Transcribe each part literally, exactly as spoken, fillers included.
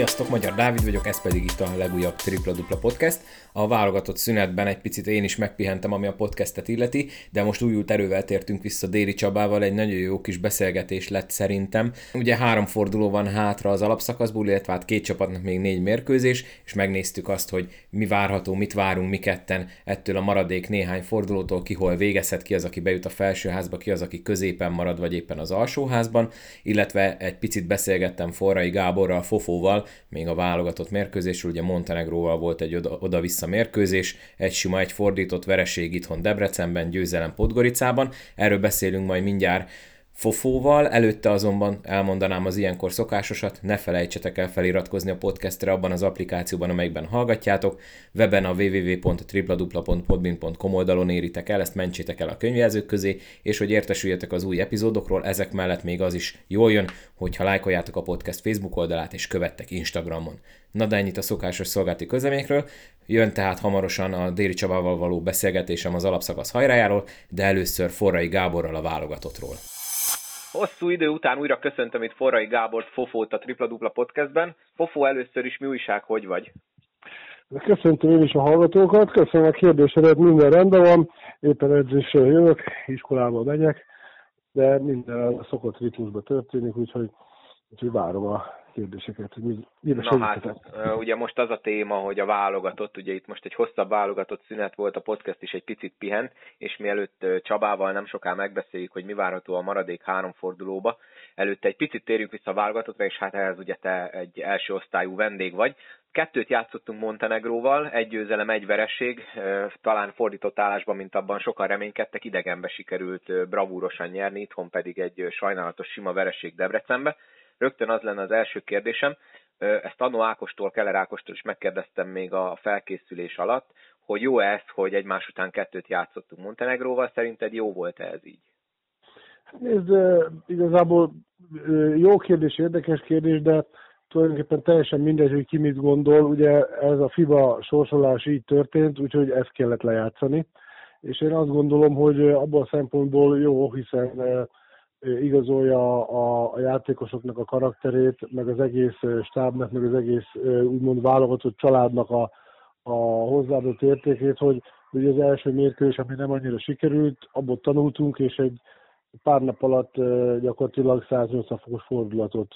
Sziasztok, Magyar Dávid vagyok, ez pedig itt a legújabb Tripla Dupla Podcast. A válogatott szünetben egy picit én is megpihentem, ami a podcastet illeti, de most újult erővel tértünk vissza Déri Csabával, egy nagyon jó kis beszélgetés lett szerintem. Ugye három forduló van hátra az alapszakaszból, illetve hát két csapatnak még négy mérkőzés, és megnéztük azt, hogy mi várható, mit várunk mi ketten ettől a maradék néhány fordulótól, ki hol végezhet, ki az, aki bejut a felsőházba, ki az, aki középen marad, vagy éppen az alsóházban, illetve egy picit beszélgettem Forrai Gáborral, Fofóval, még a válogatott mérkőzésről, ugye Montenegróval volt egy oda- oda-vissza mérkőzés, egy sima, egy fordított vereség itthon Debrecenben, győzelem Podgoricában. Erről beszélünk majd mindjárt Fofóval, előtte azonban elmondanám az ilyenkor szokásosat, ne felejtsetek el feliratkozni a podcastre abban az applikációban, amelyikben hallgatjátok, weben a double-u double-u double-u pont tripladupla pont podbean pont com oldalon éritek el, ezt mentsétek el a könyvjelzők közé, és hogy értesüljetek az új epizódokról, ezek mellett még az is jól jön, hogyha lájkoljátok a podcast Facebook oldalát és követtek Instagramon. Na de ennyit a szokásos szolgálati közleményekről, jön tehát hamarosan a Déri Csabával való beszélgetésem az alapszakasz hajrájáról, de először Forrai Gáborral a válogatottról. Hosszú idő után újra köszöntöm itt Forrai Gábort, Fofót a Tripla Dupla Podcastben. Fofó, először is mi újság, hogy vagy? Köszöntöm én is a hallgatókat, köszönöm a kérdésedet, minden rendben van, éppen edzésre jövök, iskolába megyek, de minden a szokott ritmusban történik, úgyhogy, úgyhogy várom a kérdéseket, hogy mire Na hát, ugye most az a téma, hogy a válogatott, ugye itt most egy hosszabb válogatott szünet volt, a podcast is egy picit pihent, és mielőtt Csabával nem soká megbeszéljük, hogy mi várható a maradék három fordulóba, előtte egy picit térjünk vissza a válogatottra, és hát ehhez ugye te egy első osztályú vendég vagy. Kettőt játszottunk Montenegróval, egy győzelem, egy vereség, talán fordított állásban, mint abban sokan reménykedtek, idegenbe sikerült bravúrosan nyerni, itthon pedig egy sajnálatos sima vereség Debrecenbe. Rögtön az lenne az első kérdésem, ezt annó Ákostól, Keller Ákostól is megkérdeztem még a felkészülés alatt, hogy jó ez, hogy egymás után kettőt játszottunk Montenegróval, szerinted jó volt-e ez így? Nézd, igazából jó kérdés, érdekes kérdés, de tulajdonképpen teljesen mindegy, hogy ki mit gondol. Ugye ez a FIBA sorsolás így történt, úgyhogy ezt kellett lejátszani. És én azt gondolom, hogy abban a szempontból jó, hiszen igazolja a, a játékosoknak a karakterét, meg az egész stábnak, meg az egész úgymond válogatott családnak a, a hozzáadott értékét, hogy ugye az első mérkőzés, ami nem annyira sikerült, abból tanultunk, és egy pár nap alatt gyakorlatilag száznyolcvan fokos fordulatot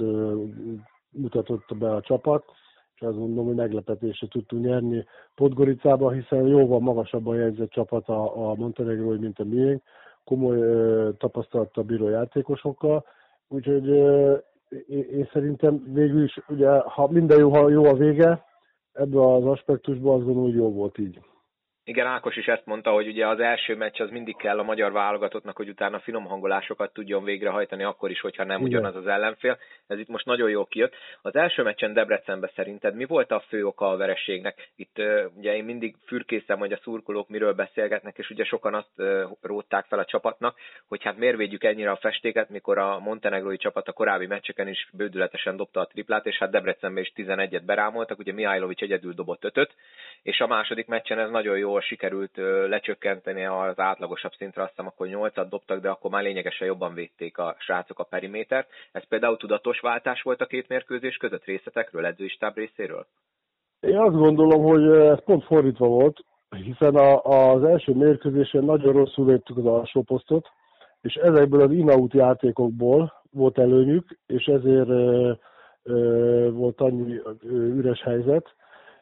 mutatott be a csapat, és azt gondolom, hogy meglepetésre tudtunk nyerni Podgoricában, hiszen jóval magasabban jegyzett csapat a, a Montenegrói, mint a miénk, komoly ö, tapasztalattal bíró játékosokkal, úgyhogy ö, én, én szerintem végül is, ugye, ha minden jó, ha jó a vége, ebből az aspektusból azt gondolom, hogy jó volt így. Igen, Ákos is ezt mondta, hogy ugye az első meccs az mindig kell a magyar válogatottnak, hogy utána finom hangolásokat tudjon végrehajtani, akkor is, hogyha nem Igen. ugyanaz az ellenfél. Ez itt most nagyon jól kijött. Az első meccsen Debrecenben szerinted mi volt a fő oka a vereségnek? Itt ugye én mindig fürkészem, hogy a szurkolók miről beszélgetnek, és ugye sokan azt rótták fel a csapatnak, hogy hát miért védjük ennyire a festéket, mikor a montenegrói csapat a korábbi meccseken is bődületesen dobta a triplát, és hát Debrecenben is tizenegyet berámoltak, ugye Mihajlovics egyedül dobott ötöt, és a második meccsen ez nagyon jó sikerült lecsökkenteni az átlagosabb szintre, azt hiszem, akkor nyolcat dobtak, de akkor már lényegesen jobban védték a srácok a perimétert. Ez például tudatos váltás volt a két mérkőzés között részletekről, edzői stáb részéről? Én azt gondolom, hogy ez pont fordítva volt, hiszen a, az első mérkőzésen nagyon rosszul védtük az alsó posztot, és ezekből az in-out játékokból volt előnyük, és ezért ö, ö, volt annyi üres helyzet.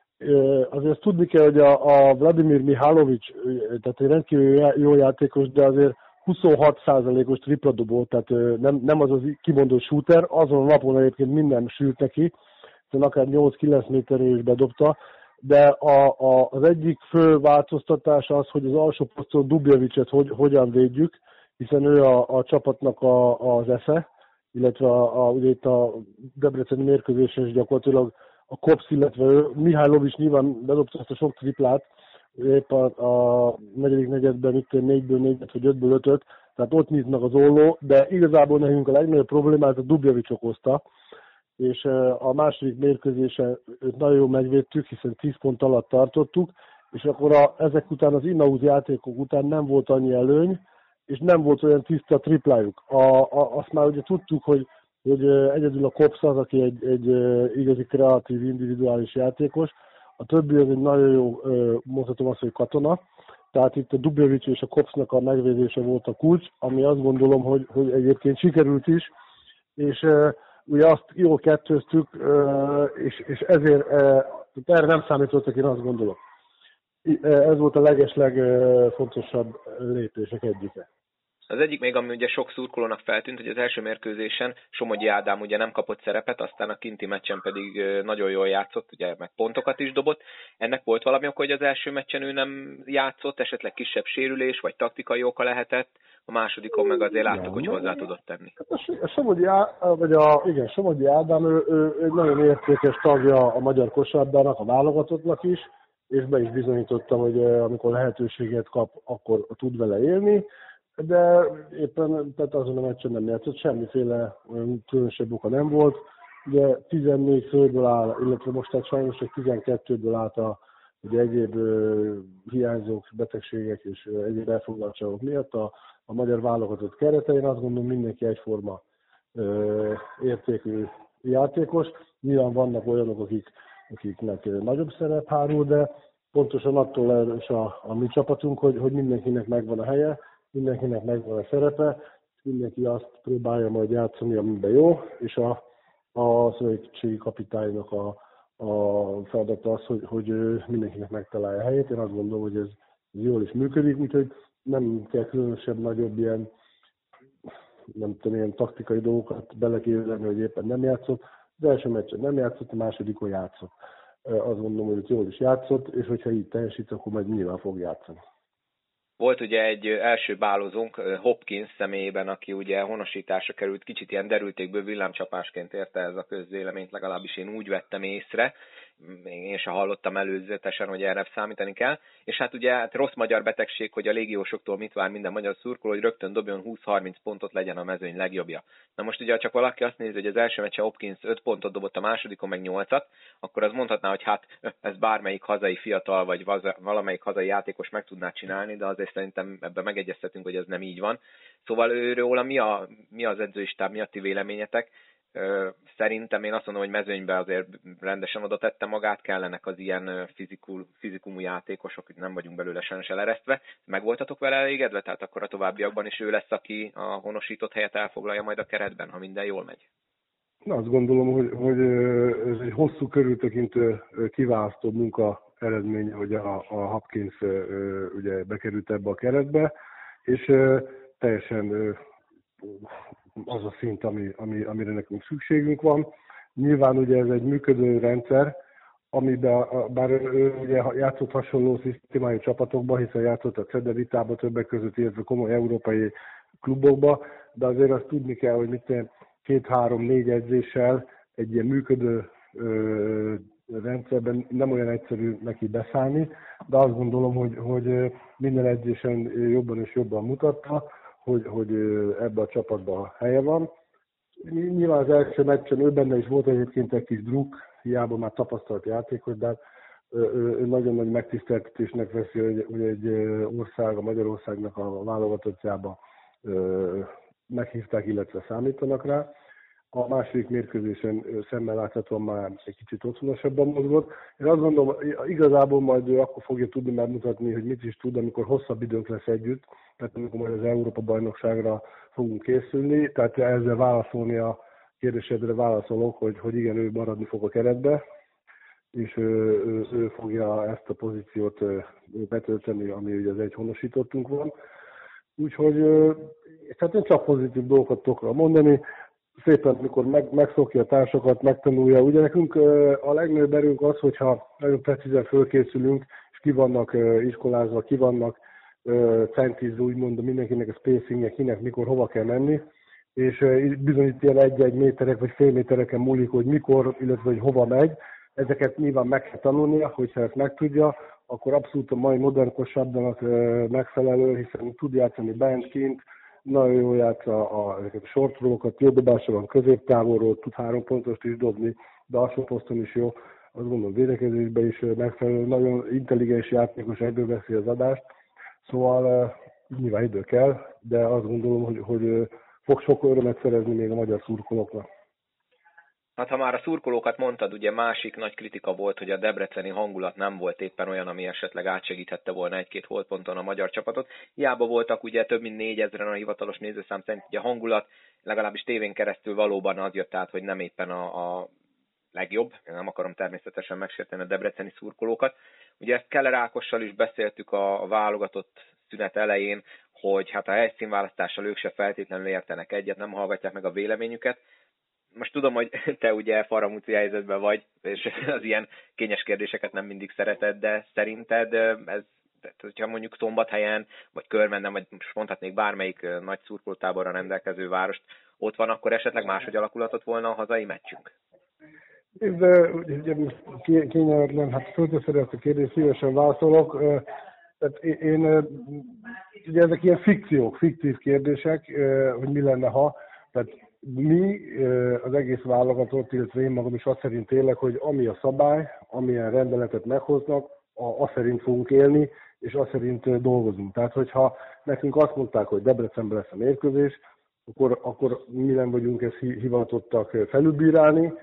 Azért tudni kell, hogy a, a Vladimir Mihajlovics, tehát egy rendkívül jó játékos, de azért huszonhat százalékos tripla dobó, tehát nem, nem az az kimondott shooter, azon a napon egyébként minden sült neki, hiszen akár nyolc-kilenc méterről is bedobta, de a, a, az egyik fő változtatás az, hogy az alsó poszton Dubjevicet hogy, hogyan védjük, hiszen ő a, a csapatnak a, az esze, illetve a, a, ugye itt a debreceni mérkőzésen is gyakorlatilag a Kopsz, illetve ő, Mihajlovics nyilván bedobta azt a sok triplát, épp a, a negyedik negyedben itt négyből négyet, vagy ötből ötöt, tehát ott nyitnak az olló, de igazából nekünk a legnagyobb problémát a Dubjevics okozta, és a második mérkőzésen őt nagyon jól megvédtük, hiszen tíz pont alatt tartottuk, és akkor a, ezek után az in-out játékok után nem volt annyi előny, és nem volt olyan tiszta triplájuk. A, a, azt már ugye tudtuk, hogy hogy egyedül a Kops az, aki egy, egy igazi kreatív, individuális játékos, a többi az egy nagyon jó, mondhatom azt, hogy katona, tehát itt a Dubjevic és a Kopsnak a megvédése volt a kulcs, ami azt gondolom, hogy, hogy egyébként sikerült is, és ugye azt jól kettőztük, és, és ezért erre nem számítottak, én azt gondolom. Ez volt a legesleg fontosabb lépések egyike. Az egyik még, ami ugye sok szurkolónak feltűnt, hogy az első mérkőzésen Somogyi Ádám ugye nem kapott szerepet, aztán a kinti meccsen pedig nagyon jól játszott, ugye meg pontokat is dobott. Ennek volt valami oka, hogy az első meccsen ő nem játszott, esetleg kisebb sérülés, vagy taktikai oka lehetett, a másodikon meg azért láttuk, ja, hogy hozzá tudott tenni. A Somogyi, vagy a, igen, Somogyi Ádám, ő, ő egy nagyon értékes tagja a magyar kosárlabdának, a válogatottnak is, és be is bizonyította, hogy amikor lehetőséget kap, akkor tud vele élni, de éppen tehát azon a meccsen nem játszott, semmiféle különösebb oka nem volt. Ugye tizennégy főből áll, illetve most tehát sajnos egy tizenkettőből állt a ugye egyéb uh, hiányzók, betegségek és uh, egyéb elfoglaltságok miatt a, a magyar válogatott keretein. Azt gondolom, mindenki egyforma uh, értékű játékos. Nyilván vannak olyanok, akik, akiknek nagyobb szerep hárul, de pontosan attól erős a, a mi csapatunk, hogy, hogy mindenkinek megvan a helye, mindenkinek megvan a szerepe, mindenki azt próbálja majd játszani, amiben jó, és a, a szövetségi kapitánynak a, a feladata az, hogy, hogy mindenkinek megtalálja a helyét. Én azt gondolom, hogy ez, ez jól is működik, úgyhogy nem kell különösebb nagyobb ilyen, nem tudom, ilyen taktikai dolgokat beleképzelni, hogy éppen nem játszott. Az első meccsen nem játszott, a másodikon játszott. Azt gondolom, hogy jól is játszott, és hogyha így teljesít, akkor majd nyilván fog játszani. Volt ugye egy első bálozónk Hopkins személyében, aki ugye honosításra került, kicsit ilyen derültékből villámcsapásként érte ez a közvéleményt, legalábbis én úgy vettem észre, én sem hallottam előzetesen, hogy erre számítani kell, és hát ugye hát rossz magyar betegség, hogy a légiósoktól mit vár minden magyar szurkoló, hogy rögtön dobjon húsz-harminc pontot, legyen a mezőny legjobbja. Na most ugye, ha csak valaki azt nézi, hogy az első meccsen Hopkins öt pontot dobott, a másodikon meg nyolcat, akkor az mondhatná, hogy hát ez bármelyik hazai fiatal, vagy valamelyik hazai játékos meg tudná csinálni, de azért szerintem ebben megegyeztetünk, hogy ez nem így van. Szóval őről mi, a, mi az edzőistáb, mi a ti véleményetek? Szerintem én azt mondom, hogy mezőnybe azért rendesen oda tette magát, kellenek az ilyen fizikul, fizikumú játékosok, hogy nem vagyunk belőle sajnos eleresztve. Meg voltatok vele elégedve? Tehát akkor a továbbiakban is ő lesz, aki a honosított helyet elfoglalja majd a keretben, ha minden jól megy? Na, azt gondolom, hogy, hogy ez egy hosszú körültekintő kiválasztó munka eredménye, hogy a, a Hopkins ugye bekerült ebbe a keretbe, és teljesen az a szint, ami, ami, amire nekünk szükségünk van. Nyilván ugye ez egy működő rendszer, amiben bár ő ugye játszott hasonló szisztémájú csapatokban, hiszen játszott a Cedevitában többek között, illetve komoly európai klubokba, de azért azt tudni kell, hogy mit két-három-négy edzéssel egy ilyen működő ö, rendszerben nem olyan egyszerű neki beszállni, de azt gondolom, hogy, hogy minden edzésen jobban és jobban mutatta, hogy, hogy ebbe a csapatban helye van. Nyilván az első meccsen ő benne is volt egyébként egy kis druk, hiába már tapasztalt játékos, de ő nagyon nagy megtiszteltetésnek veszi, hogy, hogy egy ország, a Magyarországnak a válogatottjába meghívták, illetve számítanak rá. A második mérkőzésen szemmel láthatóan már egy kicsit otthonosabban mozgott. Én azt gondolom, igazából majd ő akkor fogja tudni megmutatni, hogy mit is tud, amikor hosszabb időnk lesz együtt, tehát amikor majd az Európa-bajnokságra fogunk készülni. Tehát ezzel válaszolni a kérdésedre válaszolok, hogy, hogy igen, ő maradni fog a keretbe, és ő, ő, ő fogja ezt a pozíciót betölteni, ami ugye az egy honosítottunk van. Úgyhogy tehát én csak pozitív dolgokat tudok mondani. Szépen, mikor meg, megszokja a társakat, megtanulja. Ugye nekünk a legnagyobb erőnk az, hogyha nagyon precízen fölkészülünk, és ki vannak iskolázva, ki vannak centízve, úgymond mindenkinek a spacingje, kinek mikor, hova kell menni, és bizonyít ilyen egy-egy méterek vagy fél métereken múlik, hogy mikor, illetve hogy hova megy. Ezeket nyilván meg kell tanulnia, hogyha ezt megtudja, akkor abszolút a mai modern kosárlabdának megfelelő, hiszen tud játszani bent, kint, nagyon jól játsza a, a sortrolókat, jó dobása van középtávolról, tud három pontost is dobni, de alsó poszton is jó, azt gondolom védekezésben is megfelelő, nagyon intelligens játékos, ebből veszi az adást, szóval nyilván idő kell, de azt gondolom, hogy, hogy fog sok örömet szerezni még a magyar szurkolóknak. Hát ha már a szurkolókat mondtad, ugye másik nagy kritika volt, hogy a debreceni hangulat nem volt éppen olyan, ami esetleg átsegíthette volna egy-két holtponton a magyar csapatot. Hiába voltak ugye több mint négyezren a hivatalos nézőszám szerint, ugye a hangulat legalábbis tévén keresztül valóban az jött át, hogy nem éppen a, a legjobb. Én nem akarom természetesen megsérteni a debreceni szurkolókat. Ugye ezt Keller Ákossal is beszéltük a, a válogatott szünet elején, hogy hát a helyszínválasztással ők se feltétlenül értenek egyet, nem hallgatják meg a véleményüket. Most tudom, hogy te ugye faramúci helyzetben vagy, és az ilyen kényes kérdéseket nem mindig szereted, de szerinted ez, hogyha mondjuk Szombathelyen, vagy Körmenden, vagy most mondhatnék bármelyik nagy szurkolótáborra rendelkező várost, ott van, akkor esetleg máshogy alakulhatott volna a hazai meccsünk? De ugye kényelmetlen, hát fölteszed ezt a kérdést, szívesen válaszolok. Tehát én, ugye ezek ilyen fikciók, fiktív kérdések, hogy mi lenne, ha. Tehát mi az egész válogatott, illetve én magam is azt szerint élek, hogy ami a szabály, amilyen rendeletet meghoznak, azt szerint fogunk élni, és azt szerint dolgozunk. Tehát, hogyha nekünk azt mondták, hogy Debrecenben lesz a mérkőzés, akkor, akkor mi nem vagyunk ezt hivatottak felülbírálni.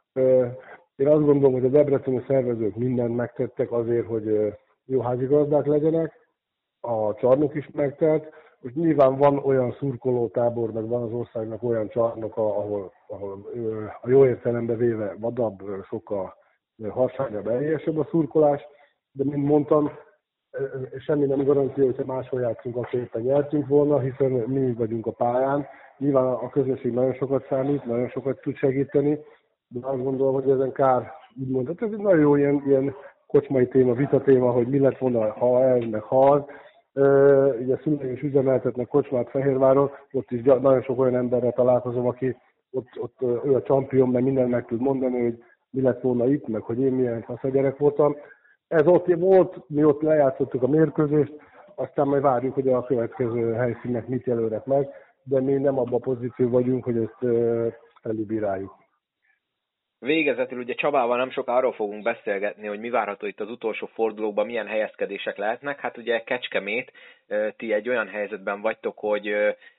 Én azt gondolom, hogy a debreceni szervezők mindent megtettek azért, hogy jó házigazdák legyenek, a csarnok is megtelt. Most nyilván van olyan szurkolótábor, meg van az országnak olyan csarnoka, ahol, ahol a jó értelembe véve vadabb, sokkal harsányabb, erélyesebb a szurkolás, de mint mondtam, semmi nem garancia, hogyha máshol játszunk, akkor éppen nyertünk volna, hiszen mi vagyunk a pályán. Nyilván a közösség nagyon sokat számít, nagyon sokat tud segíteni, de azt gondolom, hogy ezen kár, úgymond, ez egy nagyon jó ilyen, ilyen kocsmai téma, vita téma, hogy mi lett volna, ha ez, meg ha az. Uh, ugye szüleim is üzemeltetnek kocsmát Fehérváron, ott is nagyon sok olyan emberrel találkozom, aki ott, ott ő a champion, mert mindent meg tud mondani, hogy mi lett volna itt, meg hogy én milyen faszagyerek voltam. Ez ott volt, mi ott lejátszottuk a mérkőzést, aztán majd várjuk, hogy a következő helyszínnek mit jelölnek meg, de mi nem abban a pozíció vagyunk, hogy ezt uh, felülbíráljuk. Végezetül ugye Csabával nem sok arról fogunk beszélgetni, hogy mi várható itt az utolsó fordulóban, milyen helyezkedések lehetnek. Hát ugye Kecskemét, ti egy olyan helyzetben vagytok, hogy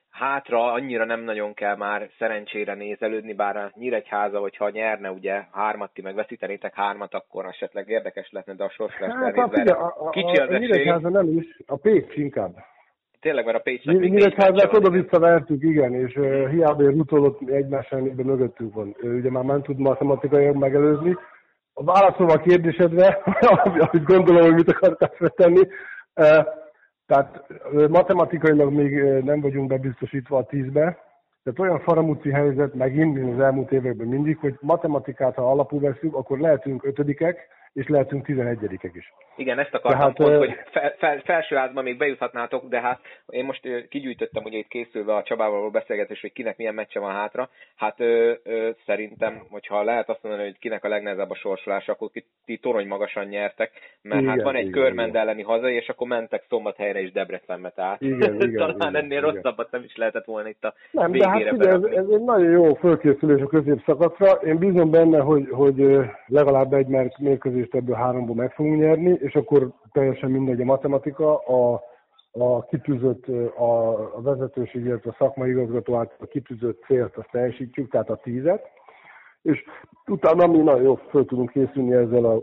hátra annyira nem nagyon kell már szerencsére nézelődni, bár a Nyíregyháza, hogyha nyerne ugye hármat, ti meg veszítenétek hármat, akkor esetleg érdekes lehetne, de a sorsra hát, nézve a, a, kicsi az a, a Nyíregyháza nem is, a Pécs inkább. Tényleg, mert a Pécsnek még Nyíregyházát oda-vissza vertük, igen, és uh, hiába egy rutolott egymás ellenében mögöttünk van. Ő ugye már nem tud matematikailag megelőzni. A válaszolva a kérdésedre, amit gondolom, hogy mit akartál feltenni, uh, tehát uh, matematikailag még uh, nem vagyunk bebiztosítva a tízbe, tehát olyan faramúci helyzet megint, mint az elmúlt években mindig, hogy matematikát, ha alapul veszünk, akkor lehetünk ötödikek, és lehetünk tizenegyedikek is. Igen, ezt akartam hát, pont, hogy fel, fel, felsőházban még bejuthatnátok, de hát én most kigyűjtöttem ugye itt készülve a Csabával való beszélgetés, hogy kinek milyen meccse van hátra. Hát ö, ö, szerintem, hogyha lehet azt mondani, hogy kinek a legnehezebb a sorsolás, akkor ti, ti torony magasan nyertek, mert igen, hát van egy Körmend elleni hazai, és akkor mentek Szombathelyre és Debrecenbe, tehát igen, igen, talán igen, ennél igen. rosszabbat nem is lehetett volna itt a nem, végére. De hát ugye, ez, ez egy nagyon jó fölkészülés a középszakaszra. Én bízom benne, hogy, hogy legalább egy mérkőzést ebből háromból meg fogunk nyerni, és akkor teljesen mindegy a matematika, a, a kitűzött, a, a vezetőség, illetve a szakmai igazgató által a kitűzött célt, azt teljesítjük, tehát a tízet, és utána mi nagyon jól föl tudunk készülni ezzel a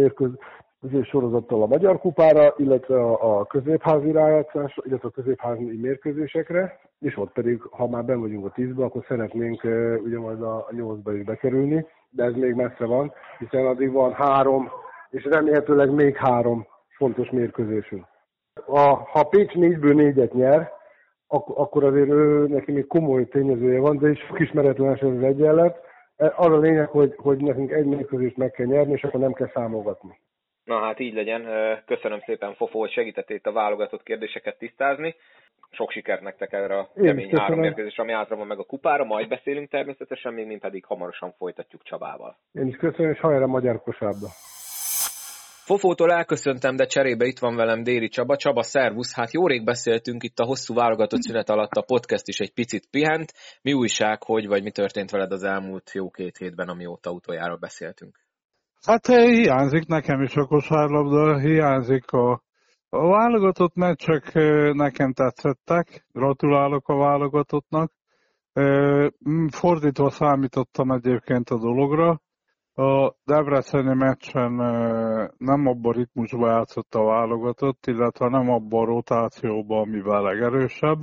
mérkőzés sorozattal a Magyar Kupára, illetve a, a középházi rájátszásra, illetve a középházi mérkőzésekre, és ott pedig, ha már benn vagyunk a tízbe, akkor szeretnénk ugye majd a, a nyolcba is bekerülni, de ez még messze van, hiszen addig van három, és remélhetőleg még három fontos mérkőzésünk. A, ha Pécs négyből négyet nyer, ak- akkor azért ő, neki még komoly tényezője van, de is sok ismeretlenes ez az egyenlet. Az a lényeg, hogy, hogy nekünk egy mérkőzést meg kell nyerni, és akkor nem kell számolgatni. Na hát így legyen. Köszönöm szépen, Fofó, hogy segítettél itt a válogatott kérdéseket tisztázni. Sok sikert nektek erre a kemény három mérkőzésre, ami átra van meg a kupára, majd beszélünk természetesen, még mint pedig hamarosan folytatjuk Csabával. Én is köszönöm, és hajrá magyar kosárba! Fofótól elköszöntem, de cserébe itt van velem Déri Csaba. Csaba, szervusz! Hát jó rég beszéltünk itt a hosszú válogatott szünet alatt, a podcast is egy picit pihent. Mi újság, hogy vagy mi történt veled az elmúlt jó két hétben, amióta utoljára beszéltünk? Hát hiányzik nekem is a kosárlabda, hiányzik a, a válogatott meccsek, nekem tetszettek, gratulálok a válogatottnak. Fordítva számítottam egyébként a dologra. A debreceni meccsen nem abban a ritmusban játszott a válogatott, illetve nem abban a rotációban, amivel legerősebb.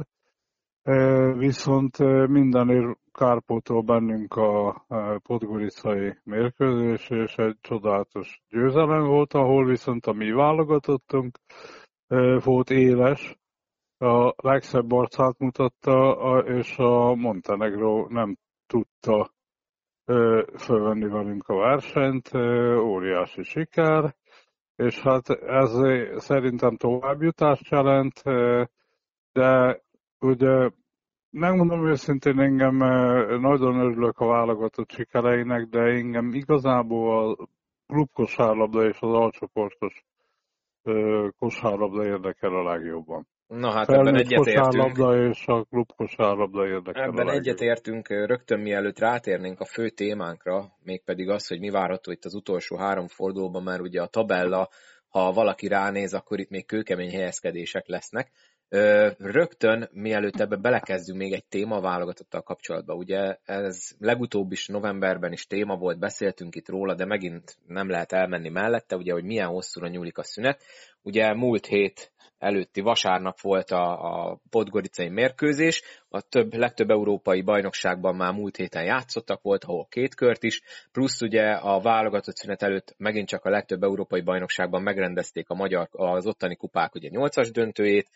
Viszont mindenért kárpótol bennünk a podgoricai mérkőzés, és egy csodálatos győzelem volt, ahol viszont a mi válogatottunk volt éles, a legszebb arcát mutatta, és a Montenegro nem tudta fölvenni velünk a versenyt, óriási siker, és hát ez szerintem továbbjutást jelent, de ugye megmondom őszintén, engem nagyon örülök a válogatott sikereinek, de engem igazából a klubkosárlabda és az alcsoportos kosárlabda érdekel a legjobban. Na hát ebben egyetértünk. Kosárlabda és a klubkosárlabda érdekel Ebben egyetértünk, rögtön mielőtt rátérnénk a fő témánkra, mégpedig az, hogy mi várható itt az utolsó három fordulóban, mert ugye a tabella, ha valaki ránéz, akkor itt még kőkemény helyezkedések lesznek. Rögtön, mielőtt ebbe belekezdünk, még egy téma válogatottal kapcsolatban. Ugye ez legutóbb is novemberben is téma volt, beszéltünk itt róla, de megint nem lehet elmenni mellette, ugye, hogy milyen hosszúra nyúlik a szünet. Ugye múlt hét előtti vasárnap volt a, a podgoricai mérkőzés, a több, legtöbb európai bajnokságban már múlt héten játszottak, volt, ahol két kört is, plusz ugye a válogatott szünet előtt megint csak a legtöbb európai bajnokságban megrendezték a magyar, az ottani kupák ugye nyolcas döntőjét.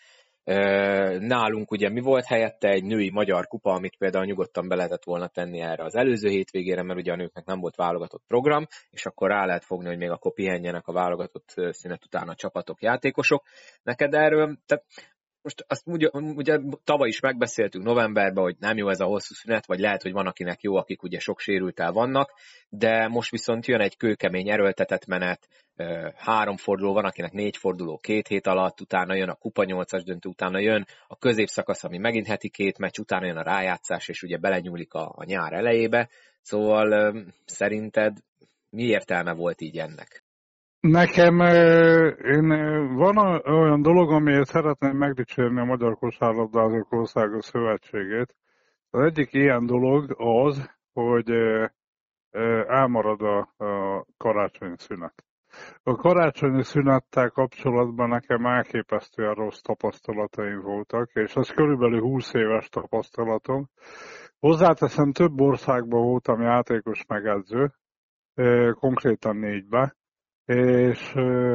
Nálunk ugye mi volt helyette? Egy női magyar kupa, amit például nyugodtan be lehetett volna tenni erre az előző hétvégére, mert ugye a nőknek nem volt válogatott program, és akkor rá lehet fogni, hogy még akkor pihenjenek a válogatott szünet után a csapatok, játékosok. Neked erről, tehát most azt ugye, ugye tavaly is megbeszéltünk novemberben, hogy nem jó ez a hosszú szünet, vagy lehet, hogy van akinek jó, akik ugye sok sérültel vannak, de most viszont jön egy kőkemény erőltetett menet, három forduló, van akinek négy forduló két hét alatt, utána jön a kupa nyolcas döntő, utána jön a középszakasz, ami megint heti két meccs, utána jön a rájátszás, és ugye belenyúlik a, a nyár elejébe. Szóval szerinted mi értelme volt így ennek? Nekem én, van olyan dolog, amiért szeretném megdicsérni a Magyar Kosárlabdázók Országos Szövetségét. Az egyik ilyen dolog az, hogy elmarad a, a karácsonyi szünet. A karácsonyi szünettel kapcsolatban nekem elképesztően rossz tapasztalataim voltak, és ez körülbelül húsz éves tapasztalatom. Hozzáteszem, több országban voltam játékos megedző, konkrétan négybe, és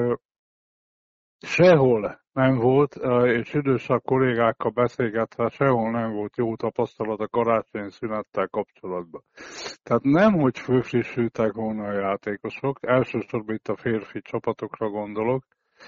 sehol nem volt, és idősebb kollégákkal beszélgetve, sehol nem volt jó tapasztalat a karácsonyi szünettel kapcsolatban. Tehát nem, hogy fölfrissültek volna a játékosok, elsősorban itt a férfi csapatokra gondolok,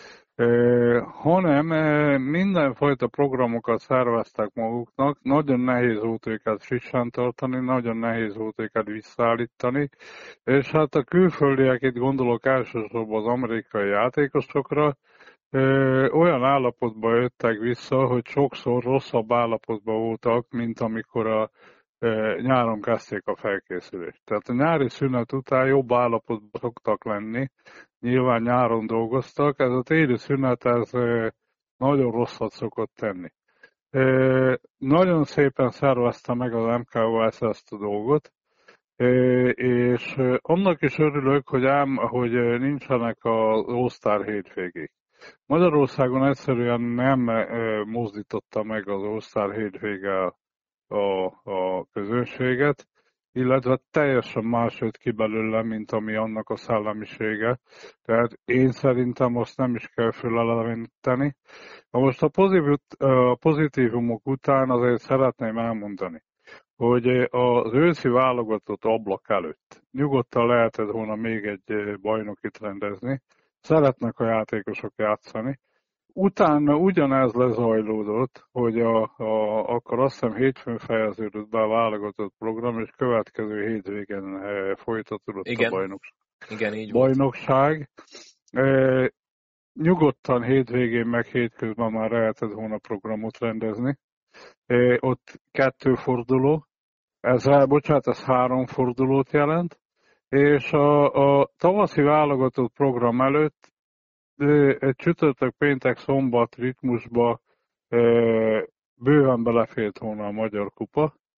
hanem mindenfajta programokat szerveztek maguknak, nagyon nehéz volt őket frissen tartani, nagyon nehéz volt őket visszaállítani, és hát a külföldiek, itt gondolok elsősorban az amerikai játékosokra, olyan állapotba jöttek vissza, hogy sokszor rosszabb állapotban voltak, mint amikor a nyáron kezdték a felkészülést. Tehát a nyári szünet után jobb állapotban szoktak lenni, nyilván nyáron dolgoztak, ez a téli szünet ez nagyon rosszat szokott tenni. Nagyon szépen szervezte meg az em ká o es ezt a dolgot, és annak is örülök, hogy ám, hogy nincsenek az All-Star hétvégék. Magyarországon egyszerűen nem mozdította meg az All-Star hétvége a, a közönséget, illetve teljesen más jött ki belőle, mint ami annak a szellemisége. Tehát én szerintem azt nem is kell föleleveníteni. Most a, pozitív, a pozitívumok után azért szeretném elmondani, hogy az őszi válogatott ablak előtt nyugodtan lehetett volna még egy bajnokit rendezni, szeretnek a játékosok játszani. Utána ugyanez lezajlódott, hogy a, a, akkor azt hiszem hétfőn fejeződött be a válogatott program, és következő hétvégen e, folytatódott Igen. a bajnokság. Igen, így bajnokság. E, nyugodtan hétvégén meg hétközben már lehetett volna programot rendezni. E, ott kettő forduló, ez, bocsánat, ez három fordulót jelent, és a, a tavaszi válogatott program előtt egy csütörtök, péntek, szombat ritmusba e, bőven belefért volna a Magyar Kupa,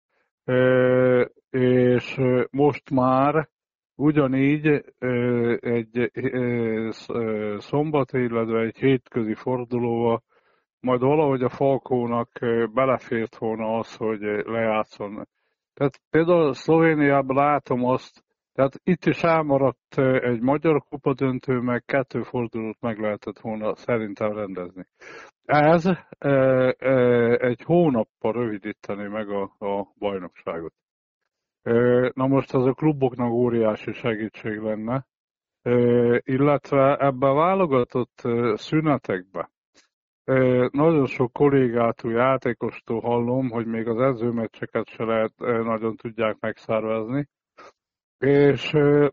és most már ugyanígy egy szombati, illetve egy hétközi fordulóval majd valahogy a Falkónak belefért volna az, hogy lejátszon. Tehát például Szlovéniában látom azt, tehát itt is elmaradt egy magyar kupadöntő, meg kettő fordulót meg lehetett volna szerintem rendezni. Ez e, e, egy hónappal rövidíteni meg a, a bajnokságot. E, na most ez a kluboknak óriási segítség lenne, e, illetve ebben a válogatott szünetekben nagyon sok kollégától, játékostól hallom, hogy még az edzőmeccseket se lehet nagyon tudják megszervezni, és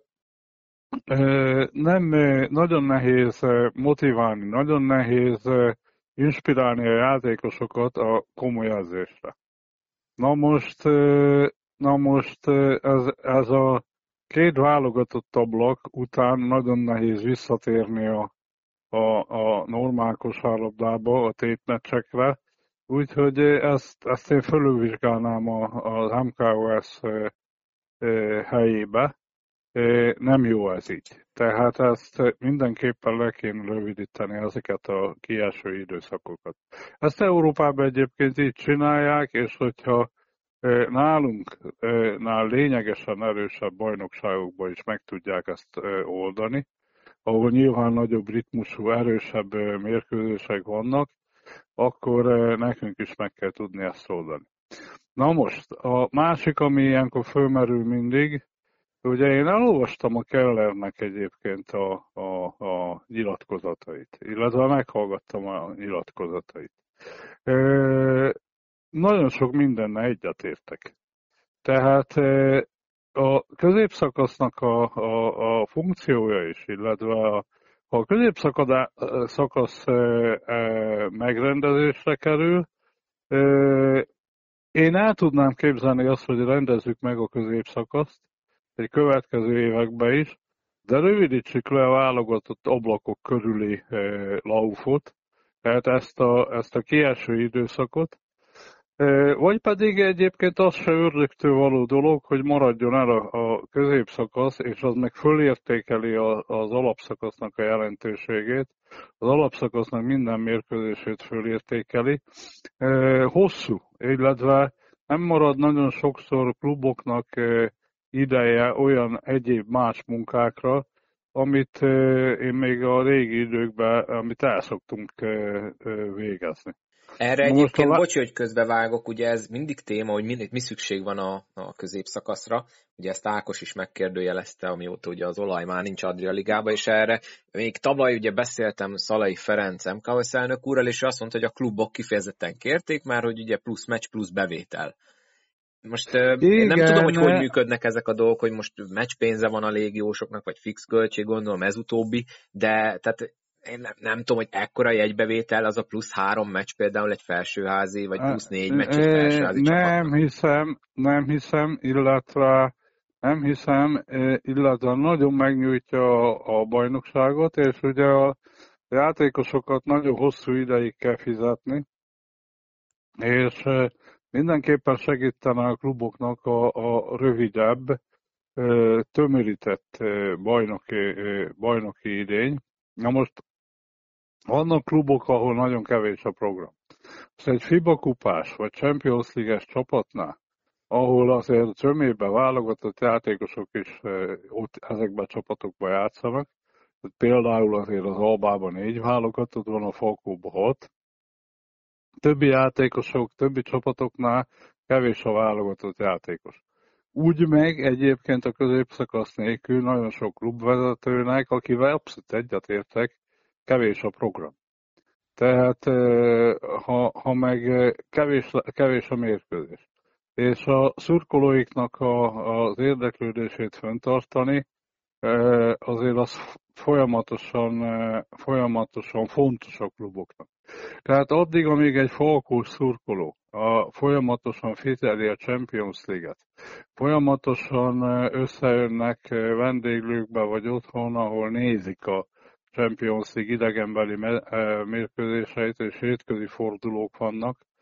nem nagyon nehéz motiválni, nagyon nehéz inspirálni a játékosokat a komoly edzésre. Na most, na most ez, ez a két válogatott ablak után nagyon nehéz visszatérni a A, a normál kosárlabdába, a tétmeccsekre, úgyhogy ezt, ezt én fölülvizsgálnám az em ká o es helyébe. Nem jó ez így. Tehát ezt mindenképpen le kéne rövidíteni ezeket a kieső időszakokat. Ezt Európában egyébként így csinálják, és hogyha nálunk nál lényegesen erősebb bajnokságokban is meg tudják ezt oldani, ahol nyilván nagyobb ritmusú, erősebb mérkőzések vannak, akkor nekünk is meg kell tudni ezt oldani. Na most, a másik, ami ilyenkor fölmerül mindig, ugye én elolvastam a Kellernek egyébként a, a, a nyilatkozatait, illetve meghallgattam a nyilatkozatait. E, nagyon sok mindennel egyetértek. Tehát a középszakasznak a, a, a funkciója is, illetve a, ha a középszakasz e, e, megrendezésre kerül, e, én el tudnám képzelni azt, hogy rendezzük meg a középszakaszt egy következő években is, de rövidítsük le a válogatott ablakok körüli e, laufot, tehát ezt a, ezt a kieső időszakot, vagy pedig egyébként az se ördögtől való dolog, hogy maradjon el a, a középszakasz, és az meg fölértékeli a, az alapszakasznak a jelentőségét. Az alapszakasznak minden mérkőzését fölértékeli. Hosszú, illetve nem marad nagyon sokszor kluboknak ideje olyan egyéb más munkákra, amit én még a régi időkben, amit el szoktunk végezni. Erre most egyébként, a... bocs, hogy közbevágok, ugye ez mindig téma, hogy mindig mi szükség van a, a középszakaszra. Ugye ezt Ákos is megkérdőjelezte, amióta ugye az olaj már nincs Adria Ligában, és erre még tavaly ugye beszéltem Szalai Ferenc em ká o es elnök úrral, és ő azt mondta, hogy a klubok kifejezetten kérték már, hogy ugye plusz meccs, plusz bevétel. Most igen, nem tudom, hogy hogy működnek ezek a dolgok, hogy most meccspénze van a légiósoknak, vagy fix költség, gondolom ez utóbbi, de tehát én nem, nem tudom, hogy ekkora jegybevétel az a plusz három meccs például egy felsőházi, vagy plusz négy meccs egy felsőházi nem csapatnak. Hiszem, nem hiszem, illetve nem hiszem, illetve nagyon megnyújtja a, a bajnokságot, és ugye a játékosokat nagyon hosszú ideig kell fizetni, és mindenképpen segítene a kluboknak a, a rövidebb, tömörített bajnoki, bajnoki idény. Na most vannak klubok, ahol nagyon kevés a program. Szóval egy FIBA kupás vagy Champions League-es csapatnál, ahol azért zömében válogatott játékosok is ott ezekben a csapatokban játszanak, például azért az Albában négy válogatott van, a Falkóban hat. Többi játékosok, többi csapatoknál kevés a válogatott játékos. Úgy meg egyébként a középszakasz nélkül nagyon sok klubvezetőnek, akivel abszolút egyetértek, kevés a program. Tehát ha, ha meg kevés, kevés a mérkőzés. És a szurkolóiknak a, az érdeklődését fenntartani, azért az folyamatosan, folyamatosan fontos a kluboknak. Tehát addig, amíg egy Falkós szurkoló a, folyamatosan figyeli a Champions League-et, folyamatosan összejönnek vendéglőkbe vagy otthon, ahol nézik a Champions League idegenbeli mérkőzéseit, és hétközi fordulók vannak,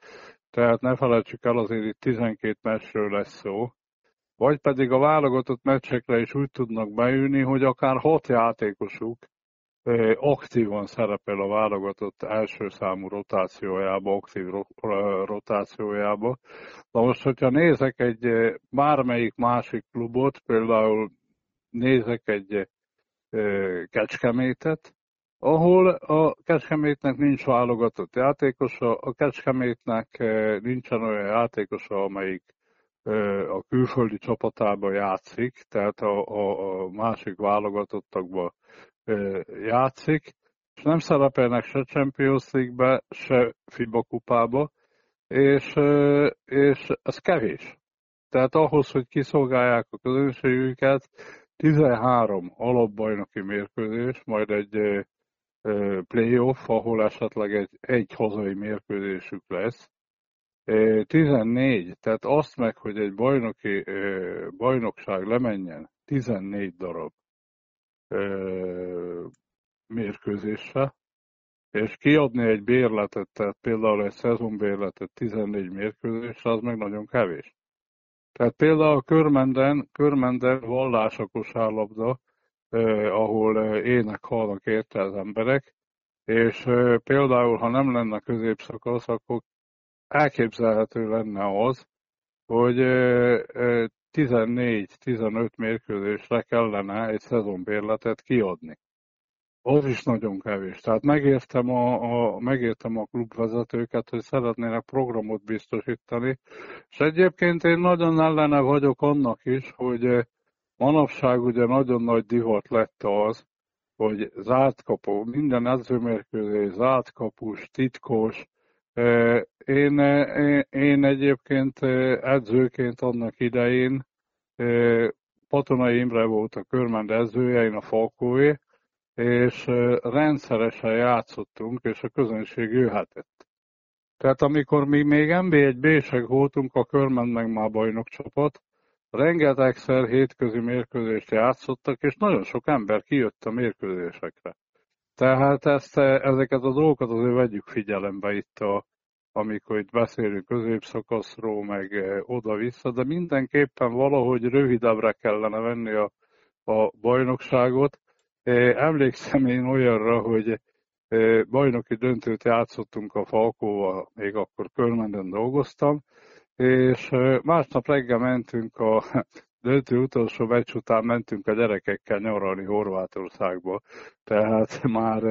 tehát ne felejtsük el, azért itt tizenkét meccsről lesz szó, vagy pedig a válogatott meccsekre is úgy tudnak beülni, hogy akár hat játékosuk aktívan szerepel a válogatott első számú rotációjába, aktív rotációjába. Na most, hogyha nézek egy bármelyik másik klubot, például nézek egy Kecskemétet, ahol a Kecskemétnek nincs válogatott játékosa, a Kecskemétnek nincsen olyan játékosa, amelyik a külföldi csapatában játszik, tehát a, a, a másik válogatottakban játszik, és nem szerepelnek se Champions League-be, se FIBA kupába, és, és ez kevés. Tehát ahhoz, hogy kiszolgálják a közönségüket, tizenhárom alapbajnoki mérkőzés, majd egy playoff, ahol esetleg egy, egy hazai mérkőzésük lesz. tizennégy, tehát azt meg, hogy egy bajnoki bajnokság lemenjen tizennégy darab mérkőzésre, és kiadni egy bérletet, tehát például egy szezonbérletet tizennégy mérkőzésre, az meg nagyon kevés. Tehát például Körmenden, Körmenden vallás a kosárlabda, eh, ahol ének halnak érte az emberek, és eh, például, ha nem lenne középszakasz, akkor elképzelhető lenne az, hogy eh, eh, tizennégy-tizenöt mérkőzésre kellene egy szezonbérletet kiadni. Az is nagyon kevés. Tehát megértem a, a, megértem a klubvezetőket, hogy szeretnének programot biztosítani, és egyébként én nagyon ellene vagyok annak is, hogy manapság ugye nagyon nagy divat lett az, hogy zárt kapu, minden edzőmérkőzés, zárt kapus, titkos. Én, én, én egyébként edzőként annak idején Patonai Imre volt a Körmend edzője, én a Falkóé, és rendszeresen játszottunk, és a közönség jöhetett. Tehát amikor mi még en bé egy bések voltunk, a Körmend meg már bajnokcsapat, rengetegszer hétközi mérkőzést játszottak, és nagyon sok ember kijött a mérkőzésekre. Tehát ezt, ezeket a dolgokat azért vegyük figyelembe itt, a, amikor itt beszélünk középszakaszról, meg oda-vissza, de mindenképpen valahogy rövidebbre kellene venni a, a bajnokságot. Emlékszem én olyanra, hogy bajnoki döntőt játszottunk a Falkóval, még akkor Körmenden dolgoztam, és másnap reggel mentünk a döntő utolsó meccs után mentünk a gyerekekkel nyaralni Horvátországba. Tehát már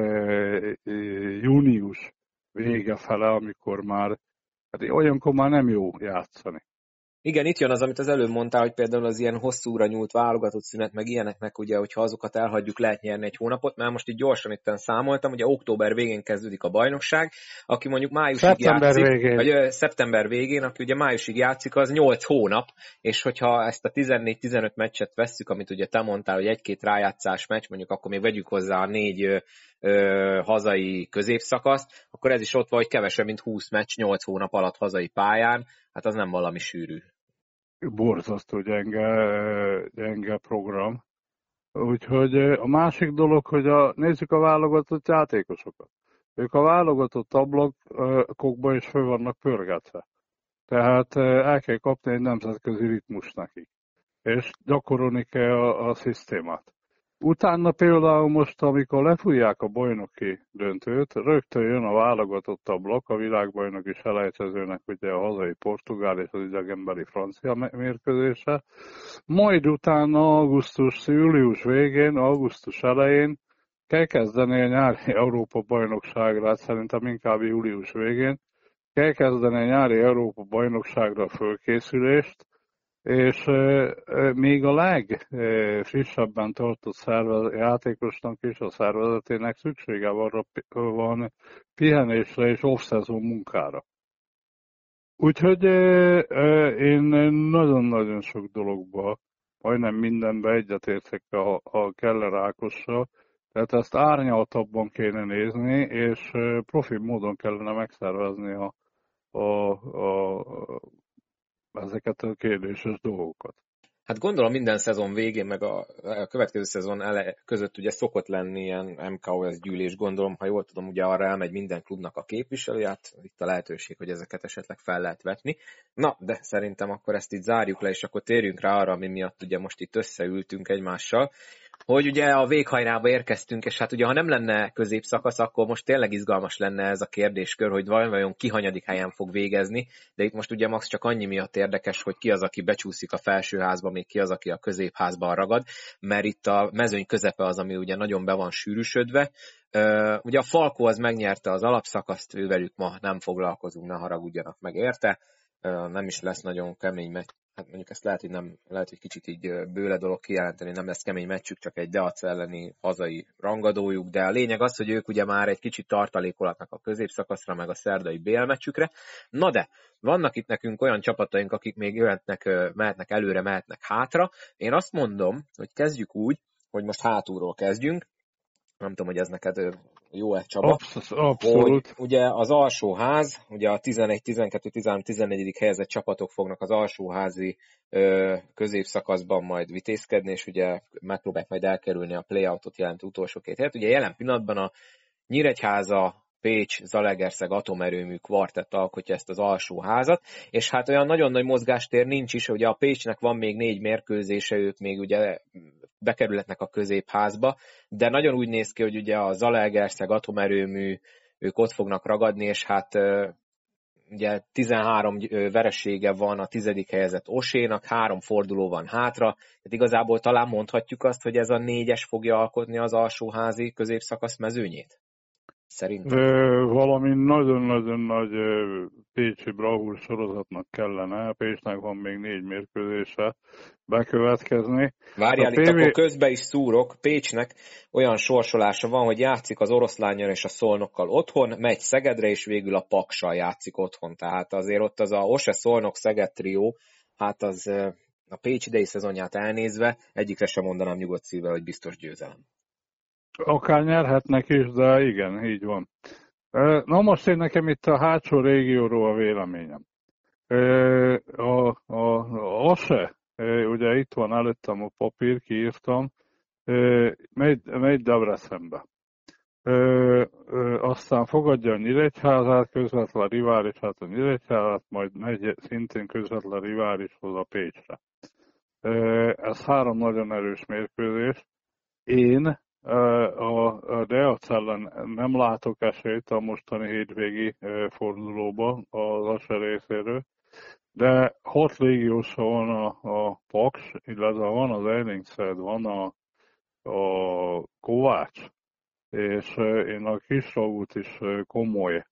június vége fele, amikor már, hát olyankor már nem jó játszani. Igen, itt jön az, amit az előbb mondtál, hogy például az ilyen hosszúra nyúlt válogatott szünet, meg ilyeneknek, ugye, hogyha azokat elhagyjuk, lehet nyerni egy hónapot, mert most így gyorsan itten számoltam, ugye október végén kezdődik a bajnokság, aki mondjuk májusig szeptember játszik, végén. vagy ö, szeptember végén, aki ugye májusig játszik, az nyolc hónap, és hogyha ezt a tizennégy-tizenöt meccset vesszük, amit ugye te mondtál, hogy egy-két rájátszás meccs, mondjuk akkor még vegyük hozzá a négy ö, ö, hazai középszakaszt, akkor ez is ott van, hogy kevesebb, mint húsz meccs nyolc hónap alatt hazai pályán, hát az nem valami sűrű. Borzasztó gyenge, gyenge program. Úgyhogy a másik dolog, hogy a, nézzük a válogatott játékosokat. Ők a válogatott ablakokban is föl vannak pörgetve. Tehát el kell kapni egy nemzetközi ritmus nekik. És gyakorolni kell a, a szisztémát. Utána például most, amikor lefújják a bajnoki döntőt, rögtön jön a válogatott ablak, a világbajnoki selejtezőnek ugye a hazai portugál és az idegenbeli francia mérkőzése. Majd utána augusztus, július végén, augusztus elején kell kezdeni a nyári Európa-bajnokságra, hát szerintem inkább július végén, kell kezdeni a nyári Európa-bajnokságra a fölkészülést, és még a legfrissebben tartott szervez, játékosnak és a szervezetének szüksége arra van pihenésre és off-szezon munkára. Úgyhogy én nagyon-nagyon sok dologba, majdnem mindenben egyetértek a, a Keller Ákossal, tehát ezt árnyaltabban kéne nézni, és profi módon kellene megszervezni a, a, a ezeket a kérdéses dolgokat. Hát gondolom minden szezon végén, meg a, a következő szezon ele, között ugye szokott lenni ilyen em ká o es gyűlés, gondolom, ha jól tudom, ugye arra elmegy minden klubnak a képviselője, hát itt a lehetőség, hogy ezeket esetleg fel lehet vetni. Na, de szerintem akkor ezt itt zárjuk le, és akkor térjünk rá arra, ami miatt ugye most itt összeültünk egymással, hogy ugye a véghajrába érkeztünk, és hát ugye ha nem lenne középszakasz, akkor most tényleg izgalmas lenne ez a kérdéskör, hogy vajon ki hanyadik helyen fog végezni, de itt most ugye max csak annyi miatt érdekes, hogy ki az, aki becsúszik a felsőházba, még ki az, aki a középházban ragad, mert itt a mezőny közepe az, ami ugye nagyon be van sűrűsödve. Ugye a Falkó az megnyerte az alapszakaszt, ővelük ma nem foglalkozunk, ne haragudjanak meg érte, nem is lesz nagyon kemény meccs. Hát mondjuk ezt lehet, hogy nem, lehet, hogy kicsit így bőle dolog kijelenteni, nem lesz kemény meccsük, csak egy Deac elleni hazai rangadójuk, de a lényeg az, hogy ők ugye már egy kicsit tartalékolatnak a középszakaszra, meg a szerdai bé el meccsükre. Na de, vannak itt nekünk olyan csapataink, akik még jöhetnek, mehetnek előre, mehetnek hátra. Én azt mondom, hogy kezdjük úgy, hogy most hátulról kezdjünk. Nem tudom, hogy ez neked jó-e, Csaba? Abszolút. Hogy ugye az alsóház, ugye a tizenegy, tizenkettő, tizenhárom, tizennegyedik helyezett csapatok fognak az alsóházi ö, középszakaszban majd vitézkedni, és ugye megpróbálják majd elkerülni a play-outot jelentő utolsó két helyet. Ugye jelen pillanatban a Nyíregyháza, Pécs, Zalaegerszeg atomerőmű kvartett alkotja ezt az alsóházat, és hát olyan nagyon nagy mozgástér nincs is, ugye a Pécsnek van még négy mérkőzése, ők még ugye bekerülhetnek a középházba, de nagyon úgy néz ki, hogy ugye a Zalaegerszeg atomerőmű, ők ott fognak ragadni, és hát ugye tizenhárom veresége van a tizedik helyezett Osénak, három forduló van hátra, tehát igazából talán mondhatjuk azt, hogy ez a négyes fogja alkotni az alsóházi középszakasz mezőnyét? Szerintem. Ö, valami nagyon-nagyon nagy ö, pécsi bravúr sorozatnak kellene. Pécsnek van még négy mérkőzése bekövetkezni. Várjál, pé vé... itt akkor közbe is szúrok. Pécsnek olyan sorsolása van, hogy játszik az Oroszlánnyal és a Szolnokkal otthon, megy Szegedre, és végül a Paksal játszik otthon. Tehát azért ott az a Ose Szolnok Szeged trió, hát az a Pécs idei szezonját elnézve, egyikre sem mondanám nyugodt szívvel, hogy biztos győzelem. Akár nyerhetnek is, de igen, így van. Na most én nekem itt a hátsó régióról a véleményem. A, a, a Ose, ugye itt van előttem a papír, kiírtam, megy, megy Debrecenbe. Aztán fogadja a Nyíregyházát, közvetlen riválisát a Nyíregyházát, majd megy szintén közvetlen riválishoz a Pécsre. Ez három nagyon erős mérkőzés. Én a Deac ellen nem látok esélyt a mostani hétvégi fordulóba az Ase részéről, de hat légiósa van a, a Paks, illetve van az Ellingsfeld, van a, a Kovács, és én a Kisragút is komoly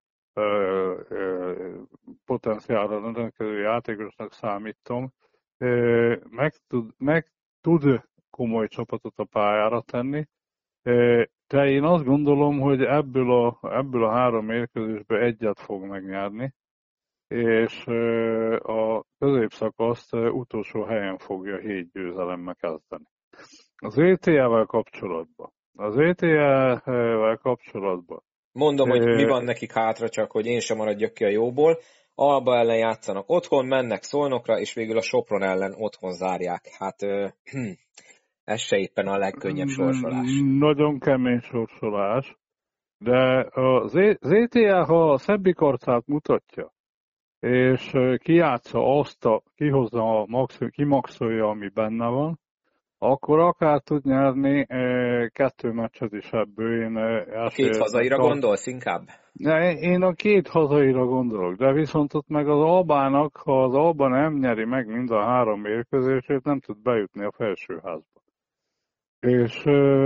potenciálra rendelkező játékosnak számítom. Meg tud, meg tud komoly csapatot a pályára tenni, de én azt gondolom, hogy ebből a, ebből a három mérkőzésből egyet fog megnyerni, és a középszakaszt utolsó helyen fogja hét győzelemmel kezdeni. Az é té é-vel kapcsolatban. Az é té é-vel kapcsolatban. Mondom, hogy mi van nekik hátra, csak hogy én sem maradjak ki a jóból. Alba ellen játszanak otthon, mennek Szolnokra, és végül a Sopron ellen otthon zárják. Hát ez se éppen a legkönnyebb sorsolás. Nagyon kemény sorsolás, de az é té é, ha a szebbik arcát mutatja, és kijátsza azt, a, kihozza a maxi, kimaxolja, ami benne van, akkor akár tud nyerni e, kettő meccset is ebből. Én, a két hazaira a... gondolsz inkább? Én a két hazaira gondolok, de viszont ott meg az Albának, ha az Alba nem nyeri meg mind a három mérkőzését, nem tud bejutni a felsőházba. És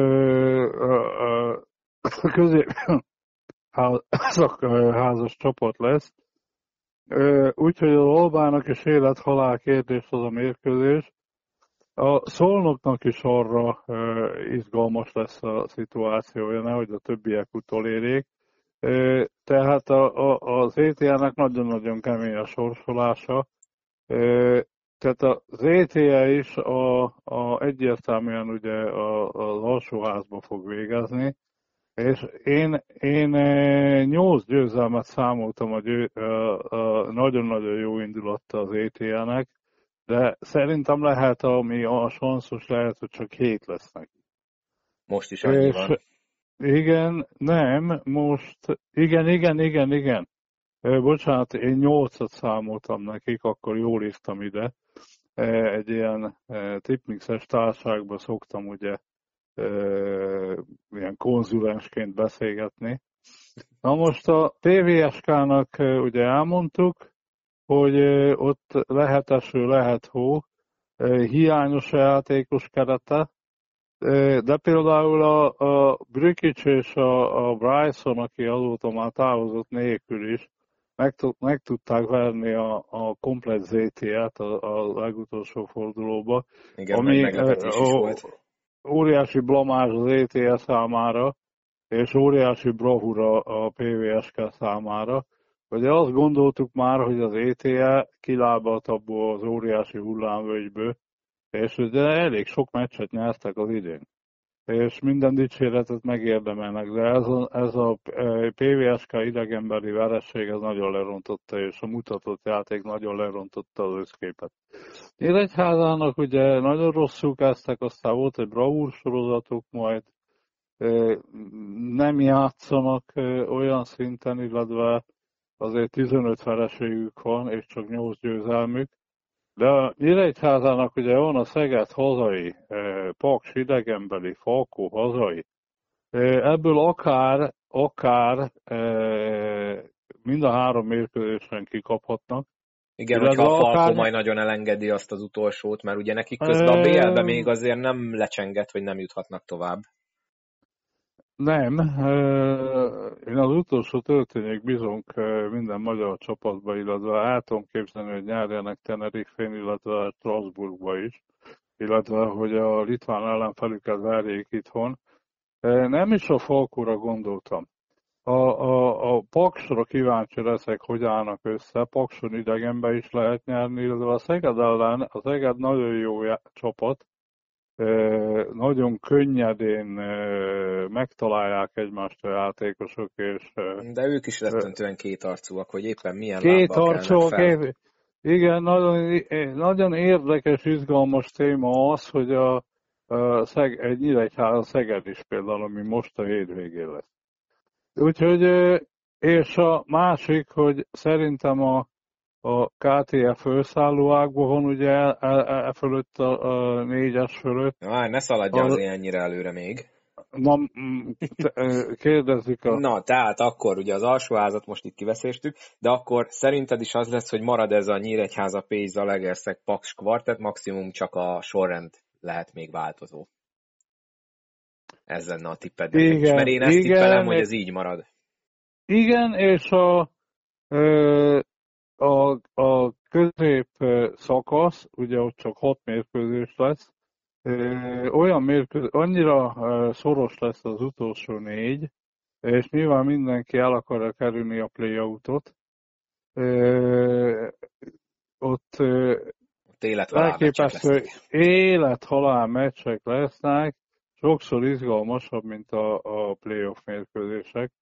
közép házas csapat lesz. Úgyhogy az Albának is élet-halál kérdés az a mérkőzés. A Szolnoknak is arra izgalmas lesz a szituációja, nehogy a többiek utolérjék. Tehát a, a, az é té é-nek nagyon-nagyon kemény a sorsolása. Tehát az é té é is a, a egyértelműen ugye a, az alsóházba fog végezni, és én, én nyolc győzelmet számoltam a, győ, a, a nagyon-nagyon jó indulattal az é té é-nek, De szerintem lehet, ami a sanszos lehet, hogy csak hét lesznek. Most is annyi És van. igen, nem, most, igen, igen, igen, igen. Ö, Bocsánat, én nyolcat számoltam nekik, akkor jól írtam ide. Ö, Egy ilyen ö, tipmixes társaságban szoktam ugye ö, ilyen konzulensként beszélgetni. Na most a té vé es ká-nak ö, ugye elmondtuk, hogy ö, ott lehet eső, lehet hó, ö, hiányos a játékos kerete, ö, de például a, a Brkic és a, a Bryson, aki azóta már távozott nélkül is, meg, tud, meg tudták verni a, a komplet zé té et a, a legutolsó fordulóba, Igen, ami nagy meglepetés is ö, volt. óriási blamázs az é té e számára, és óriási bravúra a pé vé es ká számára. Ugye azt gondoltuk már, hogy az é té e kilábalt abból az óriási hullámvölgyből, és ugye elég sok meccset nyertek az idén. És minden dicséretet megérdemelnek, de ez a, ez a pé vé es ká idegenbeli veresség, ez nagyon lerontotta, és a mutatott játék nagyon lerontotta az összképet. Nyíregyházának ugye nagyon rosszul kezdtek, aztán volt egy bravúr sorozatuk, majd nem játszanak olyan szinten, illetve azért tizenöt vereségük van, és csak nyolc győzelmük. De a Nyíregyházának ugye van a Szeged hazai, Paks idegenbeli, Falkó hazai. Ebből akár, akár mind a három mérkőzésen kikaphatnak. Igen, hogyha a Falkó akár... majd nagyon elengedi azt az utolsót, mert ugye nekik közben a bé el-ben még azért nem lecsenget, hogy nem juthatnak tovább. Nem. Én az utolsó történik bizonk minden magyar csapatba, illetve el tudom képzelni, hogy nyerjenek Tenerife-n, illetve Strasbourgba is, illetve hogy a litván ellenfelüket verjék itthon. Nem is a Falkóra gondoltam. A, a, a Paksra kíváncsi leszek, hogy állnak össze. Pakson idegenbe is lehet nyerni, illetve a Szeged ellen, a Szeged nagyon jó csapat, nagyon könnyedén megtalálják egymást a játékosok, és... De ők is rettentően kétarcúak, hogy éppen milyen két lábbal kelnek fel. Két Igen, nagyon, nagyon érdekes, izgalmas téma az, hogy a, a Szeg, egy Nyíregyháza Szeged is például, ami most a hétvégén lesz. Úgyhogy, és a másik, hogy szerintem a A ká té ef felszállóágban van ugye e, e, e fölött a, a négyes fölött. Na, ne szaladjál az... azért ennyire előre még. Na, kérdezzük a... Na, tehát akkor ugye az alsóházat most itt kiveszéstük, de akkor szerinted is az lesz, hogy marad ez a Nyíregyháza, Pécs, Zalaegerszeg, Paks kvartett, maximum csak a sorrend lehet még változó. Ez lenne a tipped nekem is, mert én ezt igen, tippelem, hogy ez így marad. Igen, és a... Ö, A, a közép szakasz, ugye ott csak hat mérkőzés lesz, olyan mérkőzés, annyira szoros lesz az utolsó négy, és nyilván mindenki el akarja kerülni a play-outot. Ott elképesztő élet-halál meccsek lesznek, sokszor izgalmasabb, mint a, a play-off mérkőzések.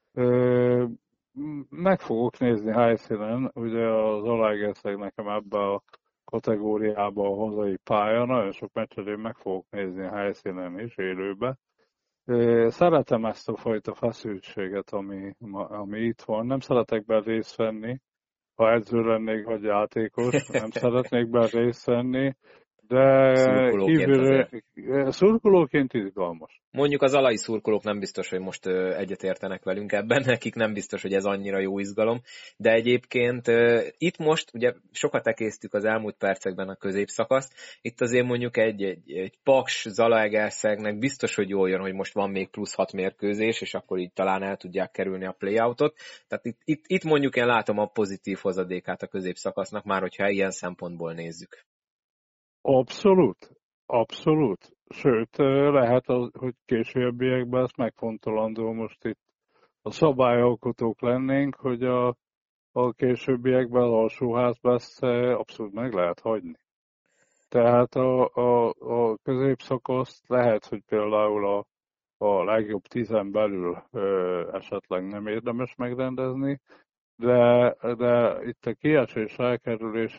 Meg fogok nézni helyszínen, ugye az Zalaegerszeg nekem ebbe a kategóriába a hazai pálya, nagyon sok meccset én meg fogok nézni a helyszínen is, élőbe. Szeretem ezt a fajta feszültséget, ami, ami itt van. Nem szeretek be részt venni, ha edző lennék vagy játékos, nem szeretnék be részt venni, de szurkolóként, szurkolóként izgalmas. Mondjuk az alai szurkolók nem biztos, hogy most egyetértenek velünk ebben, nekik nem biztos, hogy ez annyira jó izgalom, de egyébként itt most, ugye sokat ekésztük az elmúlt percekben a középszakaszt, itt azért mondjuk egy, egy, egy Paks Zalaegerszegnek biztos, hogy jól jön, hogy most van még plusz hat mérkőzés, és akkor így talán el tudják kerülni a play-outot, tehát itt, itt, itt mondjuk én látom a pozitív hozadékát a középszakasznak, már hogyha ilyen szempontból nézzük. Abszolút, abszolút. Sőt, lehet, hogy későbbiekben ez megfontolandó. Most itt a szabályalkotók lennénk, hogy a, a későbbiekben az alsóházban ezt abszolút meg lehet hagyni. Tehát a, a, a középszakaszt lehet, hogy például a, a legjobb tizen belül ö, esetleg nem érdemes megrendezni, de, de itt a kiesés elkerülése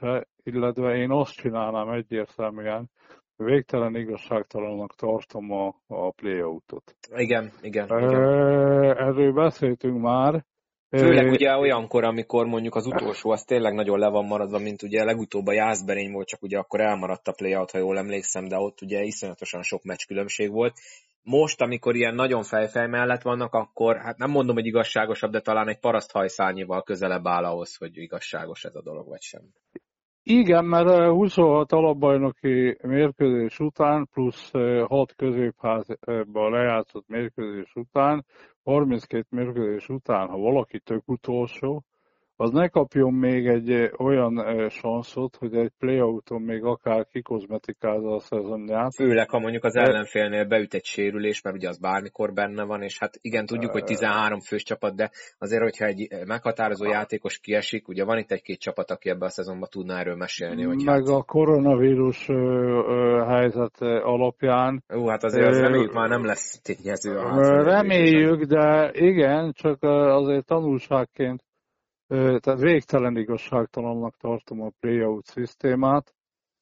illetve én azt csinálnám egyértelműen, végtelen igazságtalannak tartom a, a play-outot. Igen, igen, E, igen. Erről beszéltünk már. Főleg ugye olyankor, amikor mondjuk az utolsó az tényleg nagyon le van maradva, mint ugye legutóbb a Jászberény volt, csak ugye akkor elmaradt a play-out, ha jól emlékszem, de ott ugye iszonyatosan sok meccs különbség volt. Most, amikor ilyen nagyon fejfej mellett vannak, akkor hát nem mondom, hogy igazságosabb, de talán egy paraszthajszányival közelebb áll ahhoz, hogy igazságos ez a dolog, vagy sem. Igen, mert huszonhat alapbajnoki mérkőzés után, plusz hat középházban lejátszott mérkőzés után, harminckét mérkőzés után, ha valaki tök utolsó, az ne kapjon még egy olyan sanszot, hogy egy play-outon még akár kikozmetikázza a szezonját. Főleg, ha mondjuk az ellenfélnél beüt egy sérülés, mert ugye az bármikor benne van, és hát igen, tudjuk, hogy tizenhárom fős csapat, de azért, hogyha egy meghatározó játékos kiesik, ugye van itt egy-két csapat, aki ebben a szezonban tudna erről mesélni. Hogy meg hát... a koronavírus helyzet alapján. Ú, hát azért az reméljük már nem lesz tényező a házban. Reméljük, de igen, csak azért tanulságként, tehát végtelen igazságtalannak tartom a play-out szisztémát,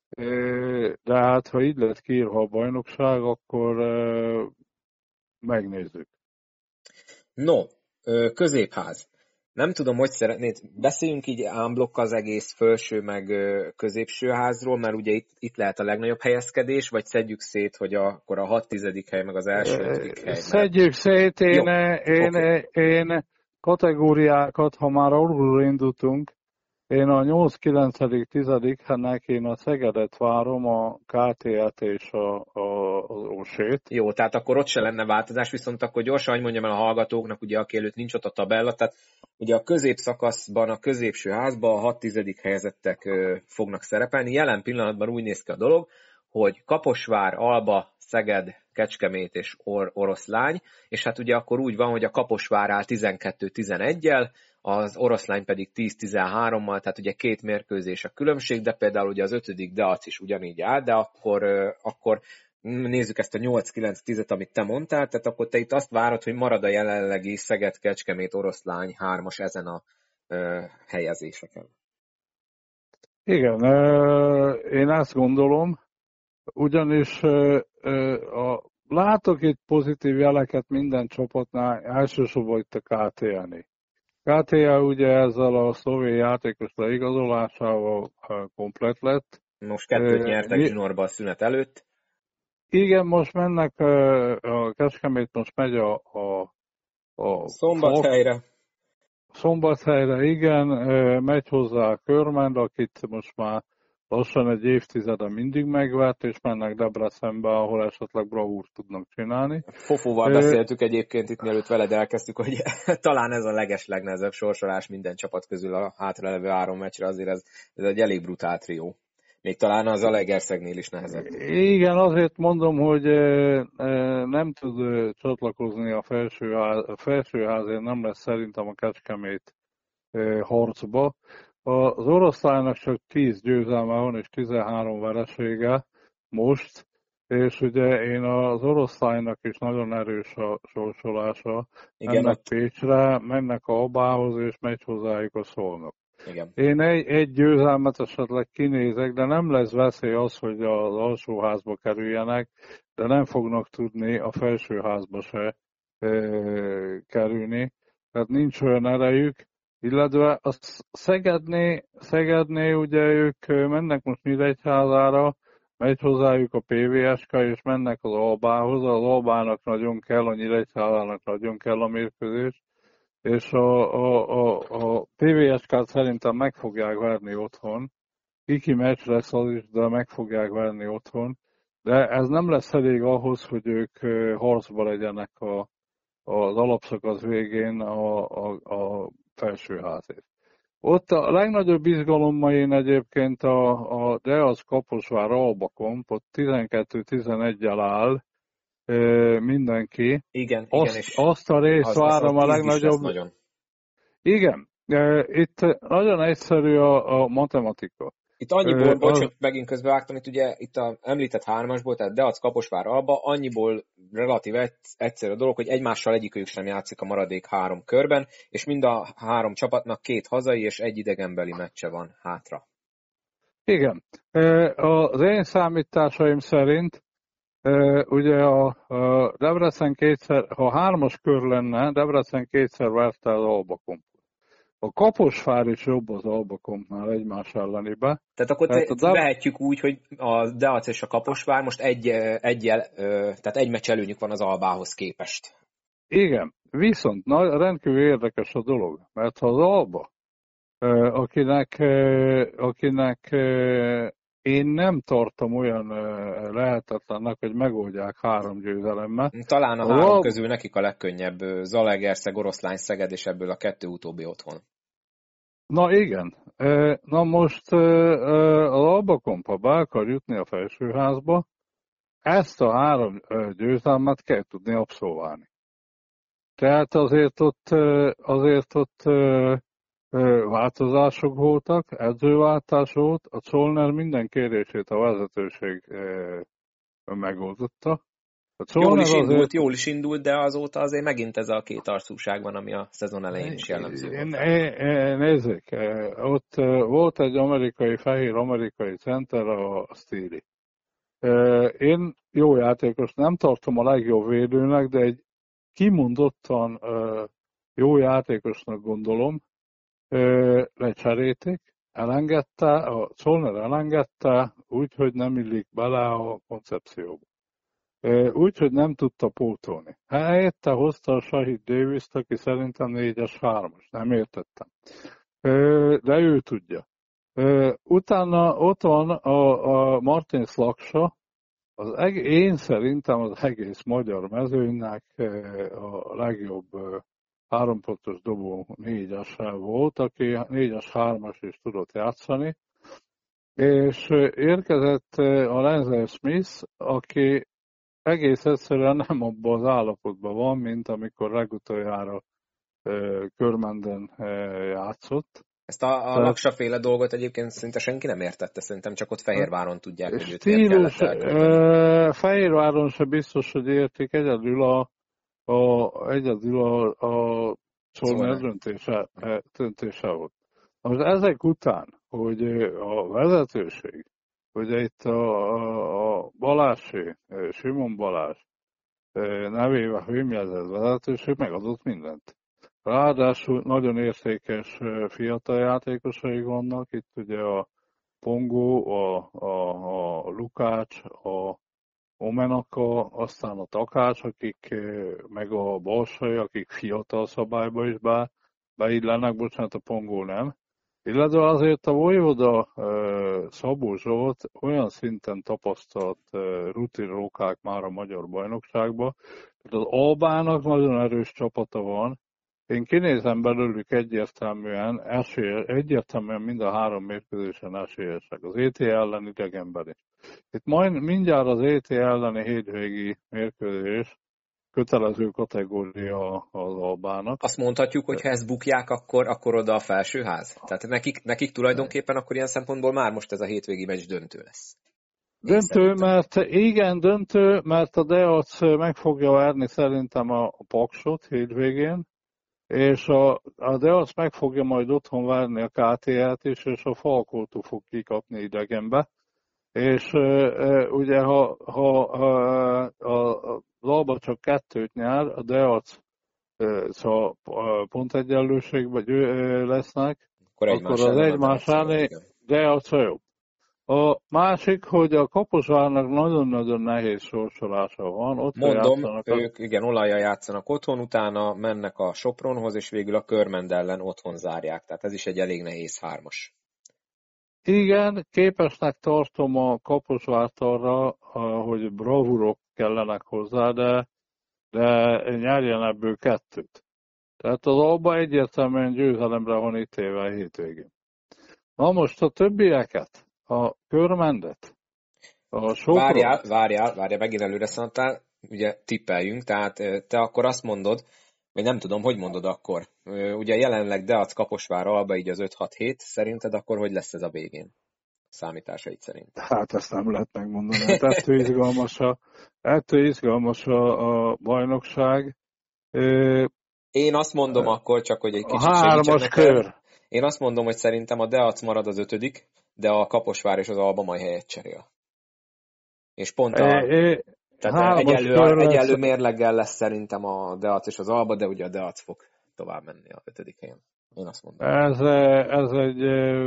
de hát ha így lett kiírva a bajnokság, akkor megnézzük. No, középház. Nem tudom, hogy szeretnéd, beszéljünk így unblock az egész felső meg középső házról, mert ugye itt, itt lehet a legnagyobb helyezkedés, vagy szedjük szét, hogy a, akkor a hat tizedik hely meg az első ötödik hely. Szedjük szét, én, én, okay. én kategóriákat, ha már alulról indultunk, én a nyolc kilencedik tizedik hennek én a Szegedet várom, a ká té é-t és a, a, az Orsét. Jó, tehát akkor ott se lenne változás, viszont akkor gyorsan mondjam el a hallgatóknak, ugye aki előtt nincs ott a tabella, tehát ugye a középszakaszban, a középső házban a hat tizedik helyezettek ö, fognak szerepelni. Jelen pillanatban úgy néz ki a dolog, hogy Kaposvár, Alba, Szeged, Kecskemét és Or- Oroszlány, és hát ugye akkor úgy van, hogy a Kaposvár áll tizenkettő tizeneggyel, az Oroszlány pedig tíz tizenhárommal, tehát ugye két mérkőzés a különbség, de például ugye az ötödik Deac is ugyanígy áll, de akkor, akkor nézzük ezt a nyolc kilenc tízet, amit te mondtál, tehát akkor te itt azt várod, hogy marad a jelenlegi Szeged, Kecskemét, Oroszlány hármas ezen a ö, helyezéseken. Igen, én ezt gondolom, ugyanis a, látok itt pozitív jeleket minden csapatnál, elsősorban itt a ká té é-nél. ká té é ugye ezzel a szlovén játékos leigazolásával komplett lett. Most kettőt nyertek zsinórba a szünet előtt. Igen, most mennek, a Kecskemét most megy a, a, a Szombathelyre. Szombathelyre, igen, megy hozzá a Körmend, akit most már lassan egy évtizede mindig megvert, és mennek Debrecenbe, ahol esetleg bravúrt tudnak csinálni. Fofóval beszéltük egyébként itt, mielőtt veled elkezdtük, hogy talán ez a leges legnehezebb sorsolás minden csapat közül a hátralevő három meccsre, azért ez, ez egy elég brutál trió. Még talán az Zalaegerszegnél is nehezebb. Igen, azért mondom, hogy nem tud csatlakozni a felsőház, a felsőházért nem lesz szerintem a Kecskemét harcba. Az Oroszlánynak csak tíz győzelme van és tizenhárom veresége most, és ugye én az Oroszlánynak is nagyon erős a sorsolása. Igen, mennek ott... Pécsre, mennek a Abához, és megy hozzájuk a Szolnok. Igen. Én egy, egy győzelmet esetleg kinézek, de nem lesz veszély az, hogy az alsóházba kerüljenek, de nem fognak tudni a felsőházba se e, kerülni. Tehát nincs olyan erejük. Illetve a Szegedné, Szegedné, ugye ők mennek most Nyíregyházára, megy hozzájuk a pé vé es ká, és mennek az Albához. Az Albának nagyon kell, a Nyíregyházának nagyon kell a mérkőzés. És a, a, a, a pé vé es ká-t szerintem meg fogják verni otthon. Kiki meccs lesz az is, de meg fogják verni otthon. De ez nem lesz elég ahhoz, hogy ők harcba legyenek a, az alapszakasz végén a, a, a felsőházért. Ott a legnagyobb izgalommal én egyébként a, a Deac Kaposvár Alba komp, ott tizenkettő tizeneggyel áll e, mindenki. Igen, azt, igen, és azt a részt várom a legnagyobb. Nagyon. Igen, e, itt nagyon egyszerű a, a matematika. Itt annyiból, uh, bocs, hogy megint közbevágtam, itt ugye itt a említett hármasból, tehát Deac Kaposvár Alba, annyiból relatív egyszerű a dolog, hogy egymással egyikőjük sem játszik a maradék három körben, és mind a három csapatnak két hazai és egy idegenbeli meccse van hátra. Igen. Az én számításaim szerint ugye a, a Debrecen kétszer, ha hármas kör lenne, Debrecen kétszer verte az Alba Kompot. A Kaposvár is jobb az Alba Kompnál egymás ellenibe. Tehát akkor tehát te, Deb... vehetjük úgy, hogy a Deac és a Kaposvár most egy, egyel, tehát egy meccs előnyük van az Albához képest. Igen, viszont na, rendkívül érdekes a dolog, mert ha az Alba, akinek, akinek én nem tartom olyan lehetetlennek, hogy megoldják három győzelemmel. Talán a, a három Alba... közül nekik a legkönnyebb Zalaegerszeg, Oroszlány, Szeged, és ebből a kettő utóbbi otthon. Na igen. Na most az Alba Komp, ha be akar jutni a felsőházba, ezt a három győzelmet kell tudni abszolválni. Tehát azért ott, azért ott változások voltak, edzőváltás volt, a Zollner minden kérését a vezetőség megoldotta. Jól is indult, azért... jól is indult, de azóta azért megint ez a két arcúság van, ami a szezon elején is jellemző volt. Nézzék, ott volt egy amerikai, fehér amerikai center, a Steely. Én jó játékos nem tartom a legjobb védőnek, de egy kimondottan jó játékosnak gondolom, lecseréték, elengedte, a Zollner elengedte, úgyhogy nem illik bele a koncepcióba. Úgyhogy nem tudta pótolni. Helyette hozta a Shahid Davis-t, aki szerintem négyes hármas, nem értettem. De ő tudja. Utána ott van a, a Martin Slaksa, az eg- én szerintem az egész magyar mezőnynek a legjobb hárompontos dobó négyessel volt, aki négyes hármas is tudott játszani, és érkezett a Lenzer Smith, aki egész egyszerűen nem abban az állapotban van, mint amikor legutoljára Körmenden játszott. Ezt a, a Laksaféle dolgot egyébként szinte senki nem értette, szerintem csak ott Fehérváron tudják, hogy őt miért kellett elkölteni. Fehérváron se biztos, hogy értik, egyedül a, a, egyedül a, a Zollner döntése, döntése volt. Most ezek után, hogy a vezetőség, hogy itt a, a Balázsé, Simon Balázs nevével hőmjelzett vezetőség megadott mindent. Ráadásul nagyon értékes fiatal játékosai vannak, itt ugye a Pongó, a, a, a Lukács, a Omenaka, aztán a Takács, akik meg a Balsai, akik fiatal szabályba is be, beillenek, bocsánat, a Pongó nem. Illetve azért a Vojvoda Szabó Zsolt olyan szinten tapasztalt rutinrókák már a magyar bajnokságban, hogy az Albának nagyon erős csapata van. Én kinézem belőlük egyértelműen, esély, egyértelműen mind a három mérkőzésen esélyesek. Az é té ellen idegenben is. Itt majd mindjárt az é té elleni hétvégi mérkőzés kötelező kategória az Albának. Azt mondhatjuk, hogy ha ezt bukják, akkor, akkor oda a felsőház? Tehát nekik, nekik tulajdonképpen akkor ilyen szempontból már most ez a hétvégi meccs döntő lesz. Én döntő, szerintem. Mert igen, döntő, mert a Deac meg fogja várni szerintem a Paksot hétvégén, és a, a Deac meg fogja majd otthon várni a ká té á-t is, és a Falkótól fog kikapni idegenbe. És e, ugye, ha, ha a, a, a Alba csak kettőt nyár, a Deac e, szóval pontegyenlőségben lesznek, akkor, akkor az egymás elleni Deac a jobb. A másik, hogy a Kaposvárnak nagyon-nagyon nehéz sorsolása van. Ott Mondom, ők a... igen, olajjal játszanak otthon, utána mennek a Sopronhoz, és végül a Körmend ellen otthon zárják. Tehát ez is egy elég nehéz hármas. Igen, képesnek tartom a Kaposvárt arra, hogy bravúrok kellenek hozzá, de, de nyerjen ebből kettőt. Tehát az Alba egyértelműen győzelemre van ítélve a hétvégén. Na most a többieket, a Körmendet, a Sopron... Várjál, várjál, várjál, megint előre szantál, ugye tippeljünk, tehát te akkor azt mondod, vagy nem tudom, hogy mondod akkor. Ugye jelenleg Deac, Kaposvár, Alba, így az öt hat hét, szerinted akkor hogy lesz ez a végén? Számításaid szerint. Hát ezt nem lehet megmondani. Hát ettől izgalmas a, ettől izgalmas a, a bajnokság. Én azt mondom akkor, csak hogy egy kicsit a hármas kör. Én azt mondom, hogy szerintem a Deac marad az ötödik, de a Kaposvár és az Alba majd helyet cserél. És pont a... É, é, tehát egyenlő, egyenlő mérleggel lesz szerintem a Deac és az Alba, de ugye a Deac fog tovább menni a ötödik helyen. Én azt mondom. Ez, ez egy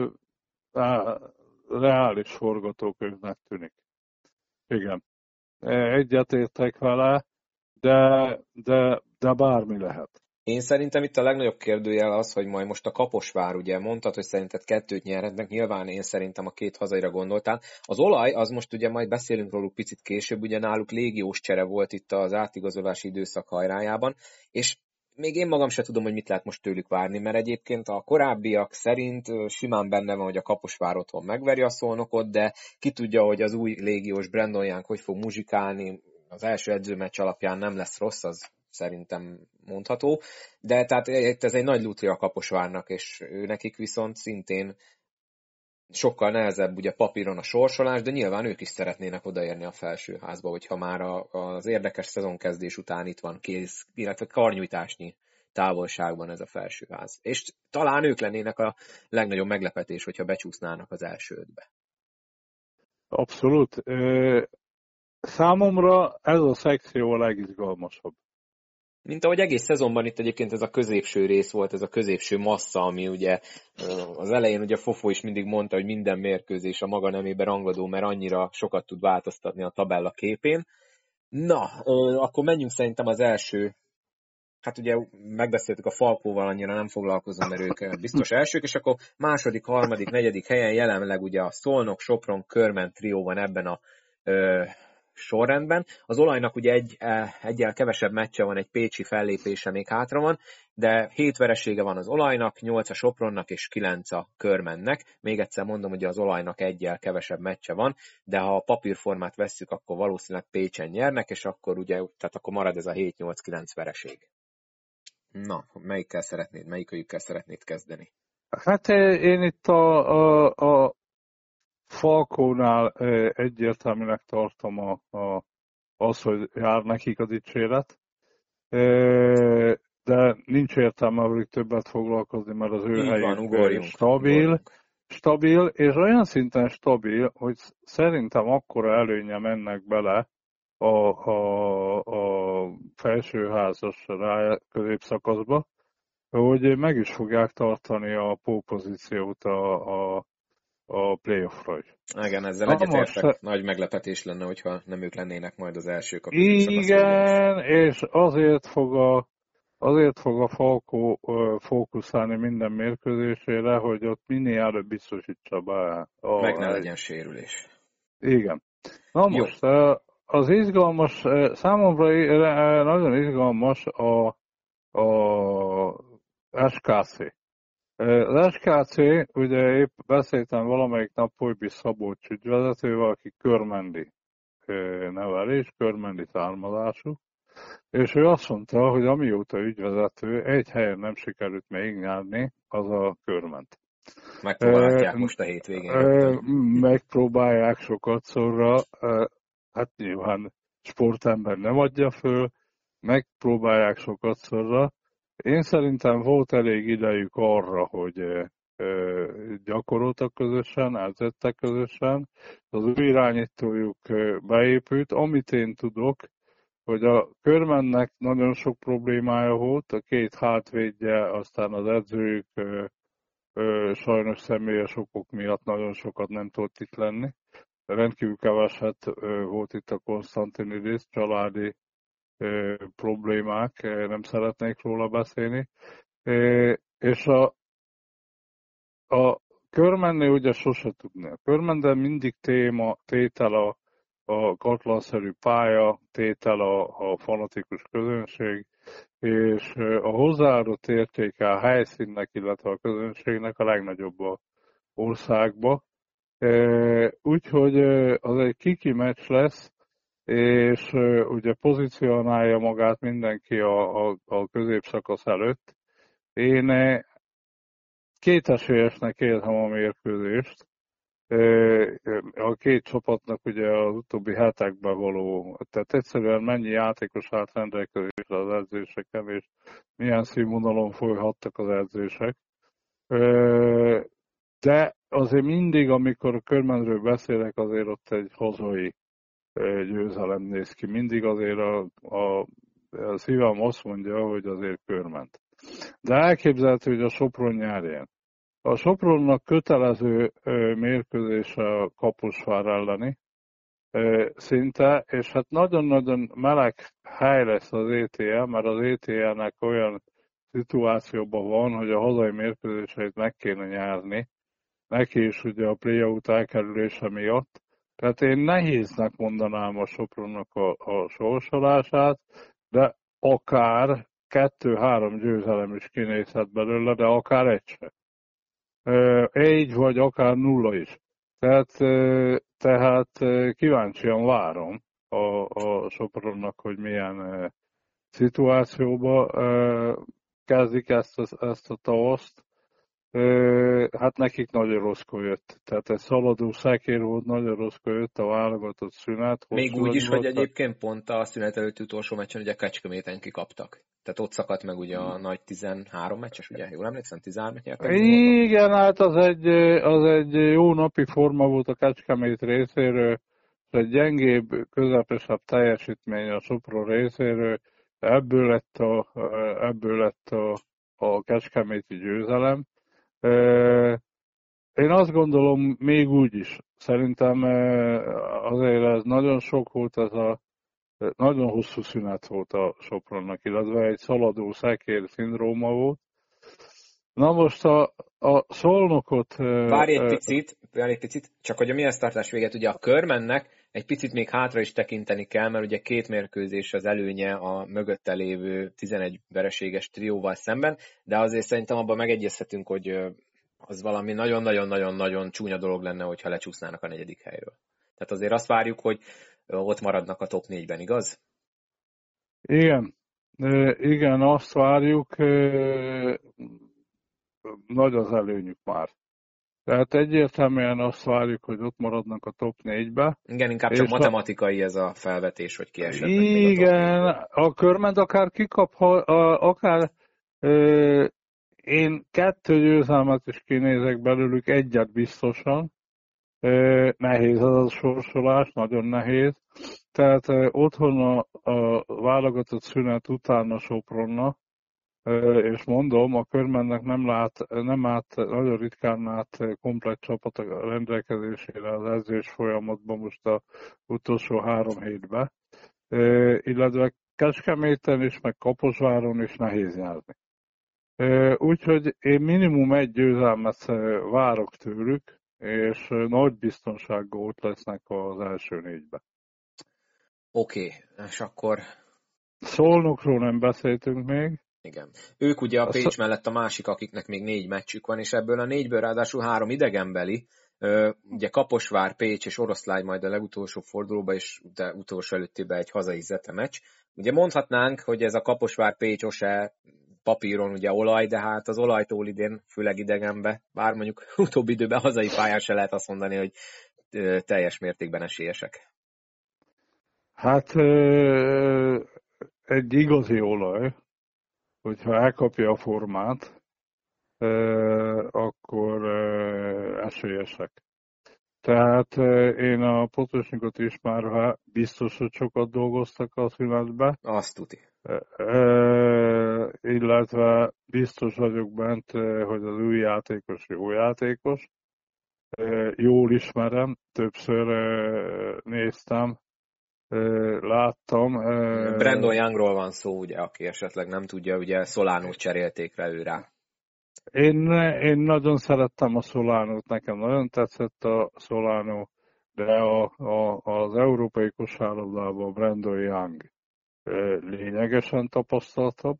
reális forgatókönyvnek tűnik. Igen. Egyetértek vele, de, de, de bármi lehet. Én szerintem itt a legnagyobb kérdőjel az, hogy majd most a Kaposvár, ugye mondtad, hogy szerinted kettőt nyerhetnek, nyilván én szerintem a két hazaira gondoltál. Az olaj, az most ugye majd beszélünk róluk picit később, ugye náluk légiós csere volt itt az átigazolási időszak hajrájában, és még én magam sem tudom, hogy mit lehet most tőlük várni, mert egyébként a korábbiak szerint simán benne van, hogy a Kaposvár otthon megveri a Szolnokot, de ki tudja, hogy az új légiós Brandon Young hogy fog muzsikálni, az első edzőmeccs alapján nem lesz rossz, az szerintem mondható, de tehát ez egy nagy lútri a Kaposvárnak, és ő nekik viszont szintén sokkal nehezebb ugye papíron a sorsolás, de nyilván ők is szeretnének odaérni a felsőházba, hogyha már a, az érdekes szezonkezdés után itt van kész, illetve karnyújtásnyi távolságban ez a felsőház. És talán ők lennének a legnagyobb meglepetés, hogyha becsúsznának az első ötbe. Abszolút. Számomra ez a szekció a legizgalmasabb. Mint ahogy egész szezonban itt egyébként ez a középső rész volt, ez a középső massza, ami ugye az elején ugye Fofó is mindig mondta, hogy minden mérkőzés a maga nemébe rangadó, mert annyira sokat tud változtatni a tabella képén. Na, akkor menjünk szerintem az első, hát ugye megbeszéltük a Falkóval, annyira nem foglalkozom, mert ők biztos elsők, és akkor második, harmadik, negyedik helyen jelenleg ugye a Szolnok, Sopron, Körmen trió van ebben a ö, sorrendben. Az olajnak ugye egy, egyel kevesebb meccse van, egy pécsi fellépése még hátra van, de hét veresége van az olajnak, nyolc a Sopronnak és kilenc a Körmennek. Még egyszer mondom, hogy az olajnak egyel kevesebb meccse van, de ha a papírformát vesszük, akkor valószínűleg Pécsen nyernek, és akkor ugye, tehát akkor marad ez a hét nyolc kilenc vereség. Na, melyikkel szeretnéd, melyikőjükkel szeretnéd kezdeni? Hát én itt a, a, a Falkónál egyértelműnek tartom a, a, az, hogy jár nekik a dicséret, de nincs értelme velük többet foglalkozni, mert az ő helyük stabil, ugorjunk. stabil, és olyan szinten stabil, hogy szerintem akkora előnye mennek bele a, a, a felsőházas középszakaszba, hogy meg is fogják tartani a pópozíciót a, a, a playoffra is. Igen, ezzel egyetértek. Most... Nagy meglepetés lenne, hogyha nem ők lennének majd az elsők. A igen, és azért fog a, azért fog a Falkó fókuszálni minden mérkőzésére, hogy ott minél előbb biztosítsa be. A, meg ne legyen sérülés. Igen. Na most, jó. Az izgalmas, számomra nagyon izgalmas a, a es ká cé. Az es ká cé, ugye épp beszéltem valamelyik nap Polybi Szabolcs ügyvezetővel, aki körmendi nevelés, körmendi származású, és ő azt mondta, hogy amióta ügyvezető, egy helyen nem sikerült még nyerni, az a Körment. Megpróbálják e, most a hétvégén. E, megpróbálják sokat szorra, e, hát nyilván sportember nem adja föl, megpróbálják sokat szorra. Én szerintem volt elég idejük arra, hogy gyakoroltak közösen, edzettek közösen. Az ő irányítójuk beépült. Amit én tudok, hogy a Körmennek nagyon sok problémája volt, a két hátvédje, aztán az edzőjük sajnos személyes okok miatt nagyon sokat nem tudott itt lenni. Rendkívül keveset volt itt a Konstantinidis, családi problémák, nem szeretnék róla beszélni. És a, a Körmennél ugye sose tudni. A Körmenden mindig téma, tétel a, a katlanszerű pálya, tétel a, a fanatikus közönség, és a hozzáadott értéke a helyszínnek, illetve a közönségnek a legnagyobb a országba. Úgyhogy az egy kiki meccs lesz, és ugye pozícionálja magát mindenki a, a, a középszakasz előtt. Én kétesélyesnek érzem a mérkőzést. A két csapatnak ugye az utóbbi hetekben való, tehát egyszerűen mennyi játékos állt rendelkezésre az edzéseken, és milyen színvonalon folyhattak az edzések. De azért mindig, amikor a Körmenről beszélek, azért ott egy hazai győzelem néz ki. Mindig azért a, a, a szívem azt mondja, hogy azért Körment. De elképzelhető, hogy a Sopron nyerjen. A Sopronnak kötelező mérkőzés a Kaposvár elleni szinte, és hát nagyon-nagyon meleg hely lesz az é té el, mert az é té el-nek olyan szituációban van, hogy a hazai mérkőzéseit meg kéne nyerni, neki is ugye a play-out elkerülése miatt. Tehát én nehéznek mondanám a Sopronnak a, a sorsolását, de akár kettő-három győzelem is kinézhet belőle, de akár egy se. Egy vagy akár nulla is. Tehát, tehát kíváncsian várom a, a Sopronnak, hogy milyen szituációba kezdik ezt, ezt a tavaszt. Hát nekik nagyon rosszkor jött. Tehát egy szaladó szekér volt, nagyon rosszkor jött a válogatott szünet. Még úgy is, hogy egyébként pont a szünet előtti utolsó meccsen ugye Kecskeméten kikaptak. Tehát ott szakadt meg ugye a nagy tizenhárom meccses, ugye? Jól emlékszem, tizenhárom nyertek? Igen, hát az egy, az egy jó napi forma volt a Kecskemét részéről, egy gyengébb, közepesebb teljesítmény a Sopron részéről, ebből lett a, ebből lett a, a kecskeméti győzelem. Én azt gondolom, még úgy is. Szerintem azért ez nagyon sok volt, ez a nagyon hosszú szünet volt a Sopronnak, illetve egy szaladó szekér szindróma volt. Na most a, a Szolnokot... Várj egy picit, várj egy picit, csak hogy a mi tartás véget, ugye a Körmennek egy picit még hátra is tekinteni kell, mert ugye két mérkőzés az előnye a mögötte lévő tizenegy vereséges trióval szemben, de azért szerintem abban megegyezhetünk, hogy az valami nagyon-nagyon-nagyon-nagyon csúnya dolog lenne, hogyha lecsúsznának a negyedik helyről. Tehát azért azt várjuk, hogy ott maradnak a top négyben, igaz? Igen, igen, azt várjuk, nagy az előnyük már. Tehát egyértelműen azt várjuk, hogy ott maradnak a top négybe. Igen, inkább csak matematikai a... ez a felvetés, hogy kiesett. Igen, a, a Körment akár kikap, akár ö, én kettő győzelmet is kinézek belőlük, egyet biztosan. Ö, nehéz az a sorsolás, nagyon nehéz. Tehát ö, otthon a, a válogatott szünet után a Sopronnak, és mondom, a Körmennek nem lát, nem át, nagyon ritkán át komplett csapat a rendelkezésére az edzés folyamatban most az utolsó három hétben, illetve Kecskeméten is, meg Kaposváron is nehéz nyerni. Úgyhogy én minimum egy győzelmet várok tőlük, és nagy biztonsággal ott lesznek az első négyben. Oké, okay, és akkor... Szolnokról nem beszéltünk még. Igen. Ők ugye a Pécs mellett a másik, akiknek még négy meccsük van, és ebből a négyből ráadásul három idegenbeli, ugye Kaposvár, Pécs és Oroszlány majd a legutolsó fordulóba, és de utolsó előttében egy hazai Zete meccs. Ugye mondhatnánk, hogy ez a Kaposvár, Pécs, Ose papíron ugye olaj, de hát az olajtól idén, főleg idegenbe, bár mondjuk utóbbi időben hazai pályán se lehet azt mondani, hogy teljes mértékben esélyesek. Hát egy igazi olaj, hogyha elkapja a formát, akkor esélyesek. Tehát én a Potosnikot ismerve biztos, hogy sokat dolgoztak a szünetbe. Azt tuti. Illetve biztos vagyok bent, hogy az új játékos jó játékos. Jól ismerem, többször néztem, láttam. Brandon Youngról van szó, ugye, aki esetleg nem tudja, ugye Solánót cserélték rá ő rá. Én, én nagyon szerettem a Solánót, nekem nagyon tetszett a Solánó, de a, a, az európai kosárlabdában Brandon Young lényegesen tapasztaltabb.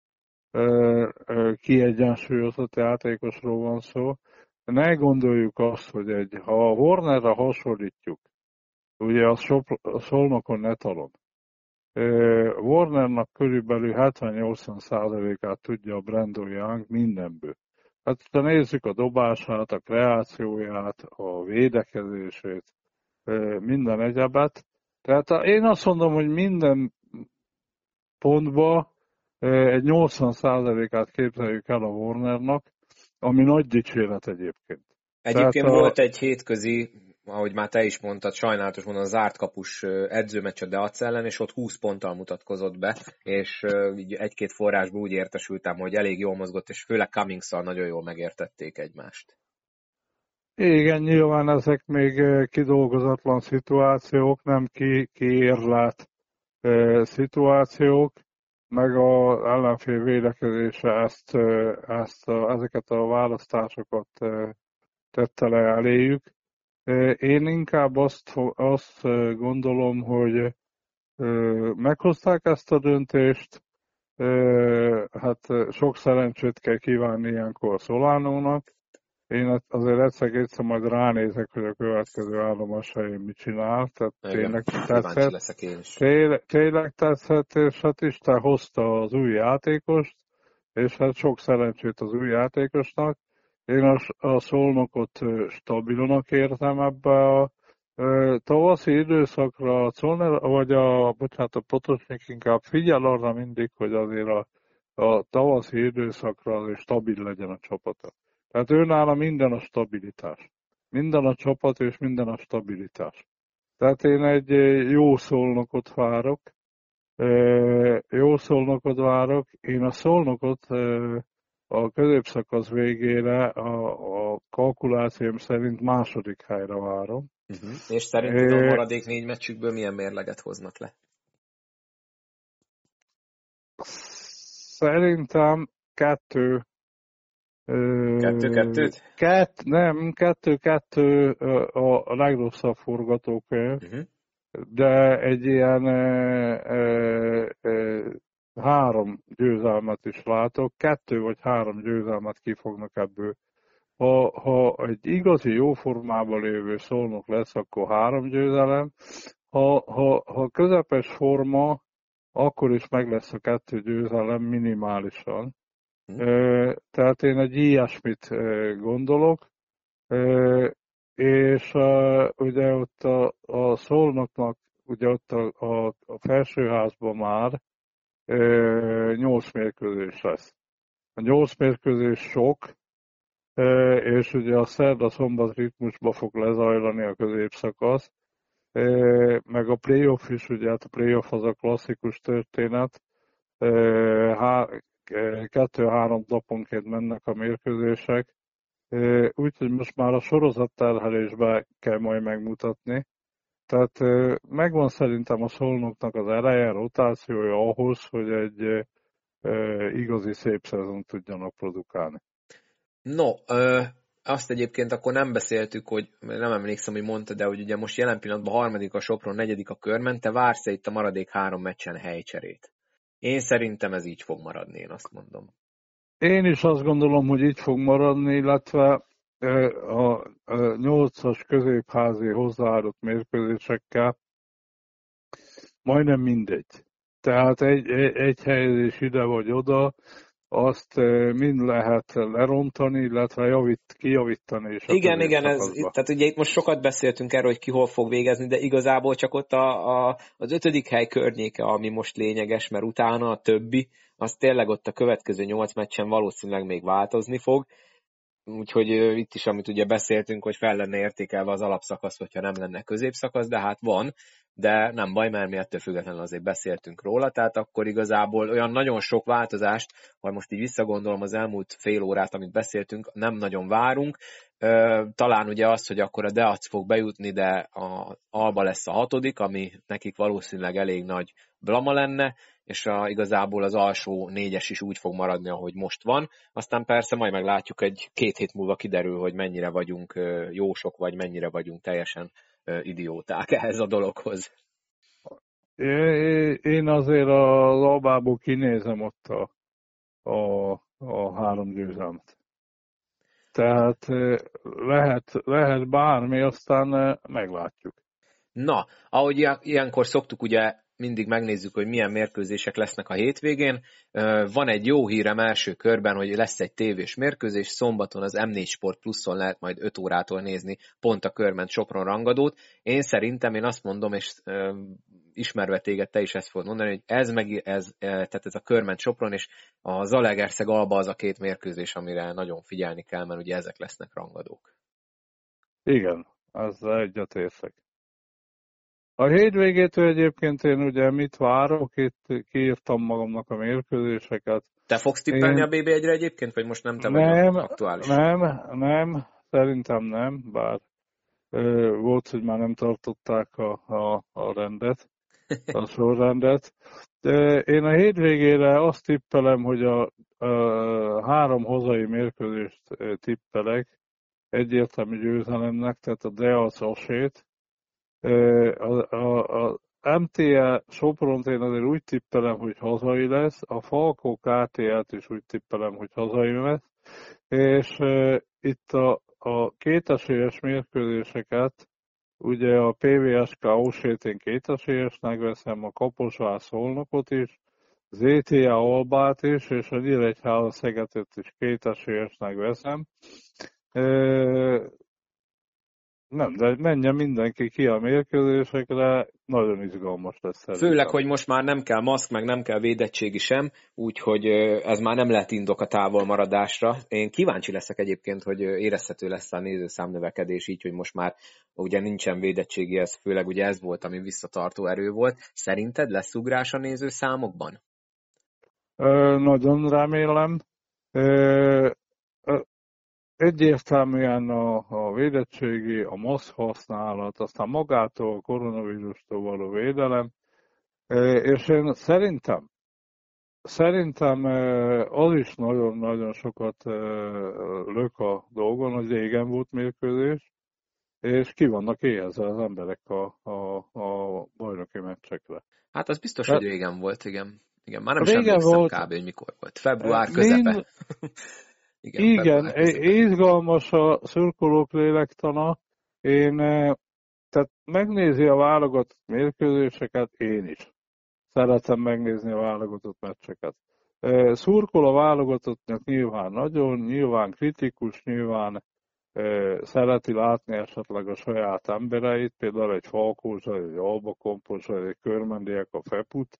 Kiegyensúlyozott játékosról van szó. Ne gondoljuk azt, hogy egy, ha a Warnerre hasonlítjuk, ugye a, Sopr- a Szolnokon ne talon. Warnernak körülbelül hetven-nyolcvan százalékát tudja a Brandon Young mindenből. Hát ha nézzük a dobását, a kreációját, a védekezését, minden egyebet. Tehát én azt mondom, hogy minden pontban egy nyolcvan százalékát képzeljük el a Warnernak, ami nagy dicséret egyébként. Egyébként Tehát a... volt egy hétközi, ahogy már te is mondtad, sajnálatos mondom, a zárt kapus edzőmeccs a Deac ellen, és ott húsz ponttal mutatkozott be, és így egy-két forrásból úgy értesültem, hogy elég jól mozgott, és főleg Cummings-szal nagyon jól megértették egymást. Igen, nyilván ezek még kidolgozatlan szituációk, nem ki, kiérlelt e, szituációk, meg az ellenfél védekezése ezt, ezt a, ezeket a választásokat e, tette le eléjük. E, én inkább azt, azt gondolom, hogy e, meghozták ezt a döntést, e, hát sok szerencsét kell kívánni ilyenkor Solánónak. Én azért egyszer-kétszer majd ránézek, hogy a következő állomás helyén mit csinál. Tehát tényleg tetszett. Tényleg, tényleg tetszett, és hát Isten hozta az új játékost, és hát sok szerencsét az új játékosnak. Én a, a Szolnokot stabilonak értem ebbe a e, tavaszi időszakra, a Czolner, vagy a, bocsánat, a Potocsnik inkább figyel arra mindig, hogy azért a, a tavaszi időszakra azért stabil legyen a csapata. Tehát őnála minden a stabilitás. Minden a csapat és minden a stabilitás. Tehát én egy jó Szolnokot várok. Jó Szolnokot várok. Én a Szolnokot a középszakasz végére a, a kalkulációm szerint második helyre várom. Uh-huh. És szerinted a maradék négy meccsükből milyen mérleget hoznak le? Szerintem kettő. Kettő-kettőt? Kett, nem, kettő-kettő a, a legrosszabb forgatókönyv, uh-huh. De egy ilyen e, e, e, három győzelmet is látok, kettő vagy három győzelmet ki fognak ebből. Ha, ha egy igazi jó formában lévő Szolnok lesz, akkor három győzelem, ha, ha, ha közepes forma, akkor is meg lesz a kettő győzelem minimálisan. Tehát én egy ilyesmit gondolok, és ugye ott a, a Szolnoknak, ugye ott a, a, a felsőházban már nyolc mérkőzés lesz. A nyolc mérkőzés sok, és ugye a szerda-szombat ritmusba fog lezajlani a középszakasz, meg a playoff is, ugye hát a playoff az a klasszikus történet, kettő-három naponként mennek a mérkőzések, úgyhogy most már a sorozatterhelésbe kell majd megmutatni. Tehát megvan szerintem a Szolnoknak az ereje, rotációja ahhoz, hogy egy igazi szép szezon tudjanak produkálni. No, ö, azt egyébként akkor nem beszéltük, hogy nem emlékszem, hogy mondta, de hogy ugye most jelen pillanatban harmadik a Sopron, negyedik a Körmen, te vársz itt a maradék három meccsen helycserét. Én szerintem ez így fog maradni, én azt mondom. Én is azt gondolom, hogy így fog maradni, illetve a nyolcas középházi hozzáadott mérkőzésekkel majdnem mindegy. Tehát egy, egy, egy helyezés ide vagy oda, azt mind lehet lerontani, illetve javít, kijavítani is. Igen, igen, ez, tehát ugye itt most sokat beszéltünk erről, hogy ki hol fog végezni, de igazából csak ott a, a, az ötödik hely környéke, ami most lényeges, mert utána a többi, az tényleg ott a következő nyolc meccsen valószínűleg még változni fog. Úgyhogy itt is, amit ugye beszéltünk, hogy fel lenne értékelve az alapszakasz, hogyha nem lenne középszakasz, de hát van, de nem baj, mert mi ettől függetlenül azért beszéltünk róla, tehát akkor igazából olyan nagyon sok változást, ha most így visszagondolom az elmúlt fél órát, amit beszéltünk, nem nagyon várunk. Talán ugye az, hogy akkor a Deac fog bejutni, de a Alba lesz a hatodik, ami nekik valószínűleg elég nagy blama lenne, és a, igazából az alsó négyes is úgy fog maradni, ahogy most van. Aztán persze majd meglátjuk, egy két hét múlva kiderül, hogy mennyire vagyunk jósok, vagy mennyire vagyunk teljesen idióták ehhez a dologhoz. Én azért az Albából kinézem ott a, a, a három győzelmet. Tehát lehet, lehet bármi, aztán meglátjuk. Na, ahogy ilyenkor szoktuk ugye mindig megnézzük, hogy milyen mérkőzések lesznek a hétvégén. Van egy jó hírem első körben, hogy lesz egy tévés mérkőzés, szombaton az em négy Sport Pluszon lehet majd öt órától nézni pont a Körment Sopron rangadót. Én szerintem, én azt mondom, és ismerve téged, te is ezt fogod mondani, hogy ez meg ez, tehát ez a Körment Sopron, és a Zalaegerszeg Alba az a két mérkőzés, amire nagyon figyelni kell, mert ugye ezek lesznek rangadók. Igen, azzal egyetértek. A hétvégétől egyébként én ugye mit várok, itt kiírtam magamnak a mérkőzéseket. Te fogsz tippelni én... a bé bé egyre egyébként, vagy most nem te vagy nem, aktuális? Nem, nem, szerintem nem, bár ö, volt, hogy már nem tartották a, a, a rendet, a sorrendet. De én a hétvégére azt tippelem, hogy a, a három hazai mérkőzést tippelek egyértelmű győzelemnek, tehát a Deac Osét. A, a, a em té e Sopront én azért úgy tippelem, hogy hazai lesz, a Falkó ká té é-t is úgy tippelem, hogy hazai lesz, és e, itt a, a kétesélyes mérkőzéseket, ugye a pé vé es ká Ósét én kétesélyesnek veszem, a Kaposvár Szolnokot is, zé té á Albát is, és a Nyíregyháza Szegetet is kétesélyesnek veszem. E, Nem, de menjen mindenki ki a mérkőzésekre, nagyon izgalmas lesz szerintem. Főleg, hogy most már nem kell maszk, meg nem kell védettségi sem, úgyhogy ez már nem lehet indok a távolmaradásra. Én kíváncsi leszek egyébként, hogy érezhető lesz a nézőszámnövekedés így, hogy most már ugye nincsen védettségi, ez főleg ugye ez volt, ami visszatartó erő volt. Szerinted lesz ugrás a nézőszámokban? Ö, nagyon remélem. Ö, Egyértelműen a, a védettségi, a maszk használat, aztán magától a koronavírustól való védelem, és én szerintem, szerintem az is nagyon-nagyon sokat lök a dolgon, hogy régen volt mérkőzés, és ki vannak éhezve az emberek a, a, a bajnoki meccsekre. Hát az biztos, De, hogy régen volt, igen. Igen, már nem sem emlékszem kb. Hogy mikor volt. Február közepe. Mind, Igen, Igen izgalmas a szurkolók lélektana. Én, tehát megnézi a válogatott mérkőzéseket, én is. Szeretem megnézni a válogatott meccseket. Szurkol a válogatottnak nyilván nagyon, nyilván kritikus, nyilván szereti látni esetleg a saját embereit, például egy Falkózsa, egy Alba Kompozsa, egy Körmendiek a Feput,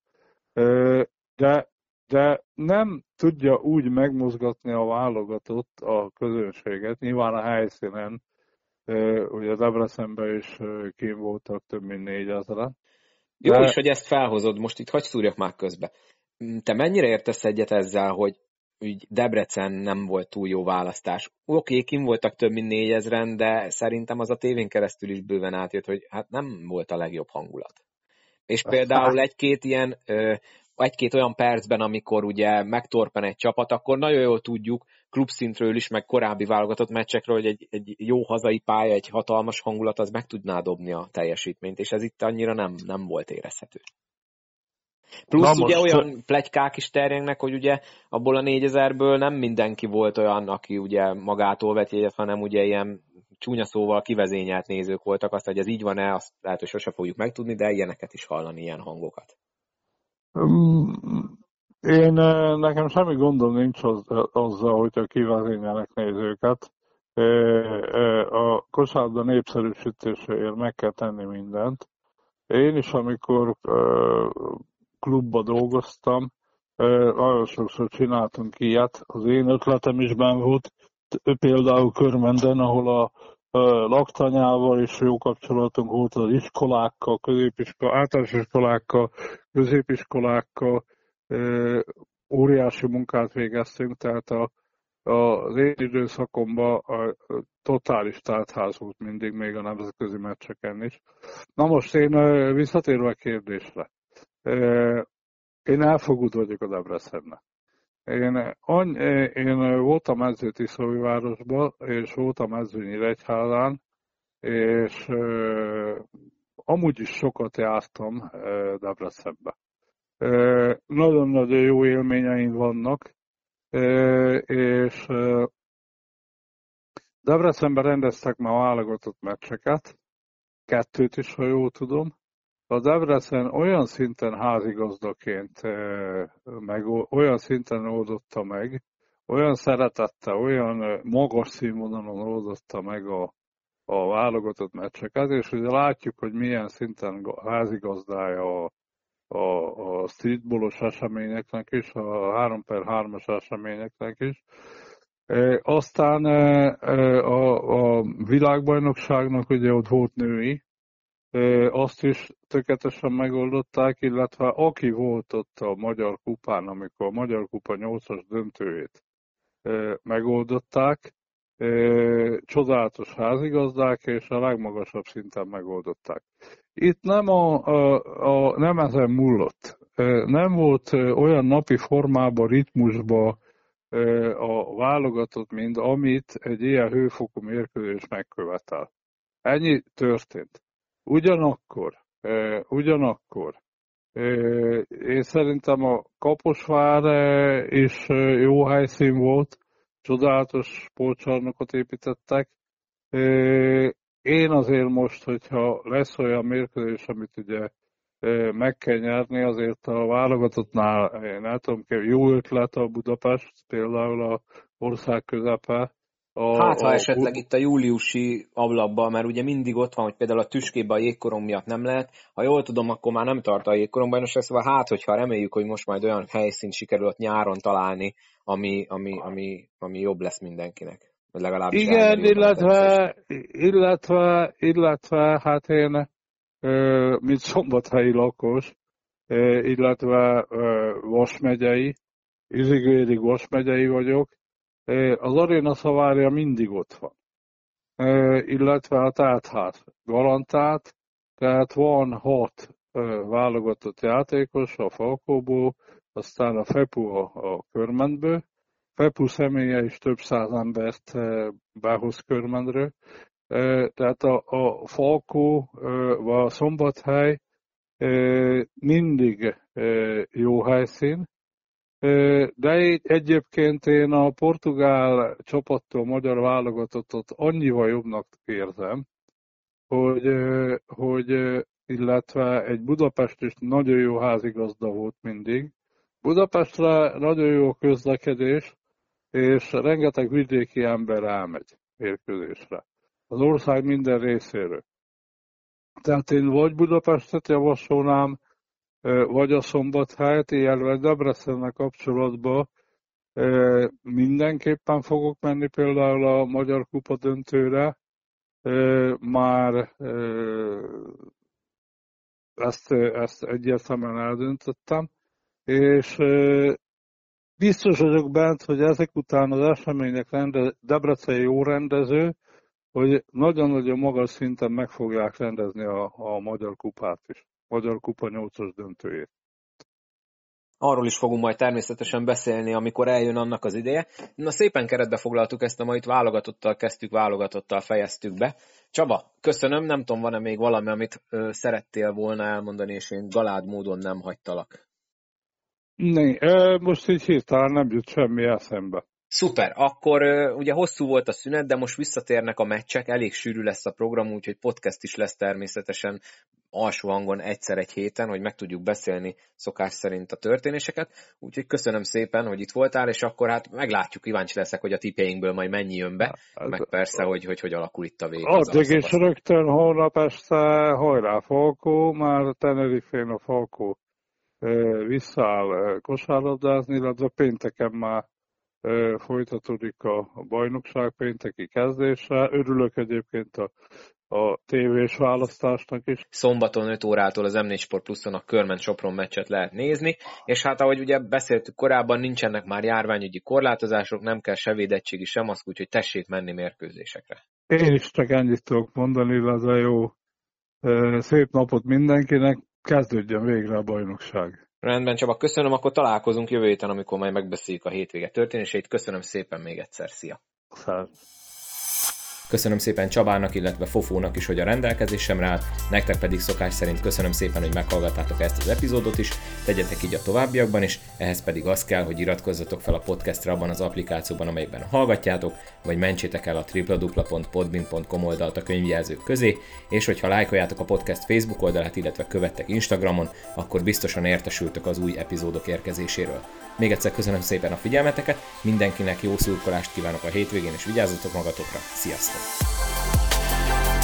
de de nem tudja úgy megmozgatni a válogatott a közönséget. Nyilván a helyszínen, ugye Debrecenben is kín voltak több mint négyezren. De... Jó is, hogy ezt felhozod, most itt hagyj szúrjak már közbe. Te mennyire értesz egyet ezzel, hogy úgy Debrecen nem volt túl jó választás? Oké, kín voltak több mint négyezren, de szerintem az a tévén keresztül is bőven átjött, hogy hát nem volt a legjobb hangulat. És például egy-két ilyen... egy-két olyan percben, amikor ugye megtorpen egy csapat, akkor nagyon jól tudjuk klubszintről is, meg korábbi válogatott meccsekről, hogy egy, egy jó hazai pálya, egy hatalmas hangulat, az meg tudná dobni a teljesítményt, és ez itt annyira nem, nem volt érezhető. Plusz Na ugye most... olyan pletykák is terjengnek, hogy ugye abból a négyezerből nem mindenki volt olyan, aki ugye magától vett jegyet, hanem ugye ilyen csúnya szóval kivezényelt nézők voltak. Azt, hogy ez így van-e, azt lehet, hogy sose fogjuk megtudni, de ilyeneket is hallani, ilyen hangokat. Én, nekem semmi gondom nincs az, azzal, hogyha kivezényelnek nézőket. A kosárlabda népszerűsítéséért meg kell tenni mindent. Én is, amikor klubba dolgoztam, nagyon sokszor csináltunk ilyet. Az én ötletem is benn volt, például Körmenden, ahol a laktanyával is jó kapcsolatunk volt az iskolákkal, középiskolákkal, általános iskolákkal, középiskolákkal, óriási munkát végeztünk, tehát a, a, az én időszakomban a, a totális tártház volt mindig, még a nemzetközi meccseken is. Na most én visszatérve a kérdésre, én elfogult vagyok a Debrecennek. Én, én voltam edző Tiszaújvárosban, és voltam edző Nyíregyházán, és uh, amúgy is sokat jártam uh, Debrecenbe. Uh, nagyon-nagyon jó élményeim vannak, uh, és uh, Debrecenben rendeztek már válogatott meccseket, kettőt is, ha jól tudom. A Debrecen olyan szinten házigazdaként, meg olyan szinten oldotta meg, olyan szeretette, olyan magas színvonalon oldotta meg a, a válogatott meccseket, és ugye látjuk, hogy milyen szinten házigazdája a, a, a streetballos eseményeknek is, a három per hármas eseményeknek is. E, aztán e, a, a világbajnokságnak ugye ott volt női, e, azt is tökéletesen megoldották, illetve aki volt ott a Magyar Kupán, amikor a Magyar Kupa nyolcas döntőjét e, megoldották, csodálatos házigazdák, és a legmagasabb szinten megoldották. Itt nem, a, a, a, nem ezen múlott. Nem volt olyan napi formában, ritmusban a válogatott, mint amit egy ilyen hőfokú mérkőzés megkövetel. Ennyi történt. Ugyanakkor, ugyanakkor én szerintem a Kaposvár is jó helyszín volt, csodálatos sportcsarnokot építettek. Én azért most, hogyha lesz olyan mérkőzés, amit ugye meg kell nyerni, azért a válogatottnál, én el tudom kérni, jó ötlet a Budapest, például a ország közepe. A, hát, ha a, esetleg a... itt a júliusi ablakban, mert ugye mindig ott van, hogy például a tüskében a jégkorong miatt nem lehet. Ha jól tudom, akkor már nem tart a jégkorongbajnokság, szóval hát, hogyha reméljük, hogy most majd olyan helyszínt sikerül ott nyáron találni, ami, ami, ami, ami jobb lesz mindenkinek. Vagy legalábbis igen, illetve, illetve, illetve, hát én, mint szombathelyi lakos, illetve Vas megyei, Izigérig Vas megyei vagyok, az Aréna Szavária mindig ott van, illetve a teltház garantált, tehát van hat válogatott játékos a Falkóból, aztán a Fepu a, a Körmentből, Fepu személye is több száz embert behoz Körmentről, tehát a, a Falkó vagy a Szombathely mindig jó helyszín, de egyébként én a portugál csapattól magyar válogatottat annyival jobbnak érzem, hogy, hogy illetve egy Budapest is nagyon jó házigazda volt mindig. Budapestre nagyon jó a közlekedés, és rengeteg vidéki ember elmegy mérkőzésre. Az ország minden részéről. Tehát én vagy Budapestet javasolnám, vagy a Szombathelyet, illetve Debrecennel kapcsolatban mindenképpen fogok menni például a Magyar Kupa döntőre. Már ezt, ezt egyértelműen eldöntöttem, és biztos vagyok bent, hogy ezek után az események rende, Debreceni jó rendező, hogy nagyon-nagyon magas szinten meg fogják rendezni a, a Magyar Kupát is. Magyar Kupa nyolcas döntőjét. Arról is fogunk majd természetesen beszélni, amikor eljön annak az ideje. Na, szépen keretbe foglaltuk ezt a mai, válogatottal kezdtük, válogatottal fejeztük be. Csaba, köszönöm, nem tudom, van-e még valami, amit ö, szerettél volna elmondani, és én galád módon nem hagytalak. Né, most így hirtelen nem jut semmi eszembe. Szuper, akkor ugye hosszú volt a szünet, de most visszatérnek a meccsek, elég sűrű lesz a program, úgyhogy podcast is lesz természetesen alsó hangon egyszer egy héten, hogy meg tudjuk beszélni szokás szerint a történéseket. Úgyhogy köszönöm szépen, hogy itt voltál, és akkor hát meglátjuk, kíváncsi leszek, hogy a tippjeinkből majd mennyi jön be, hát, meg persze, hogy, hogy hogy alakul itt a vég. Addig is rögtön holnap este hajrá Falkó, már Tenerifén a Falkó visszáll kosárlabdázni, illetve pénteken már folytatódik a bajnokság pénteki kezdése. Örülök egyébként a, a tévés választásnak is. Szombaton öt órától az em négy Sport Pluszon a Körment-Sopron meccset lehet nézni, és hát ahogy ugye beszéltük korábban, nincsenek már járványügyi korlátozások, nem kell se védettségi, sem maszk, úgyhogy tessék menni mérkőzésekre. Én is csak ennyit tudok mondani, illetve jó szép napot mindenkinek, kezdődjön végre a bajnokság. Rendben, Csaba, köszönöm, akkor találkozunk jövő héten, amikor majd megbeszéljük a hétvége történéseit. Köszönöm szépen még egyszer, szia! Szár. Köszönöm szépen Csabának, illetve Fofónak is, hogy a rendelkezésemre állt, nektek pedig szokás szerint köszönöm szépen, hogy meghallgattátok ezt az epizódot is, tegyetek így a továbbiakban is, ehhez pedig az kell, hogy iratkozzatok fel a podcastra abban az applikációban, amelyben hallgatjátok, vagy mentsétek el a double-u double-u double-u pont podbean pont com oldalt a könyvjelzők közé, és hogyha lájkoljátok a podcast Facebook oldalát, illetve követtek Instagramon, akkor biztosan értesültök az új epizódok érkezéséről. Még egyszer köszönöm szépen a figyelmeteket, mindenkinek jó szurkolást kívánok a hétvégén, és vigyázzatok magatokra, sziasztok! Thank you.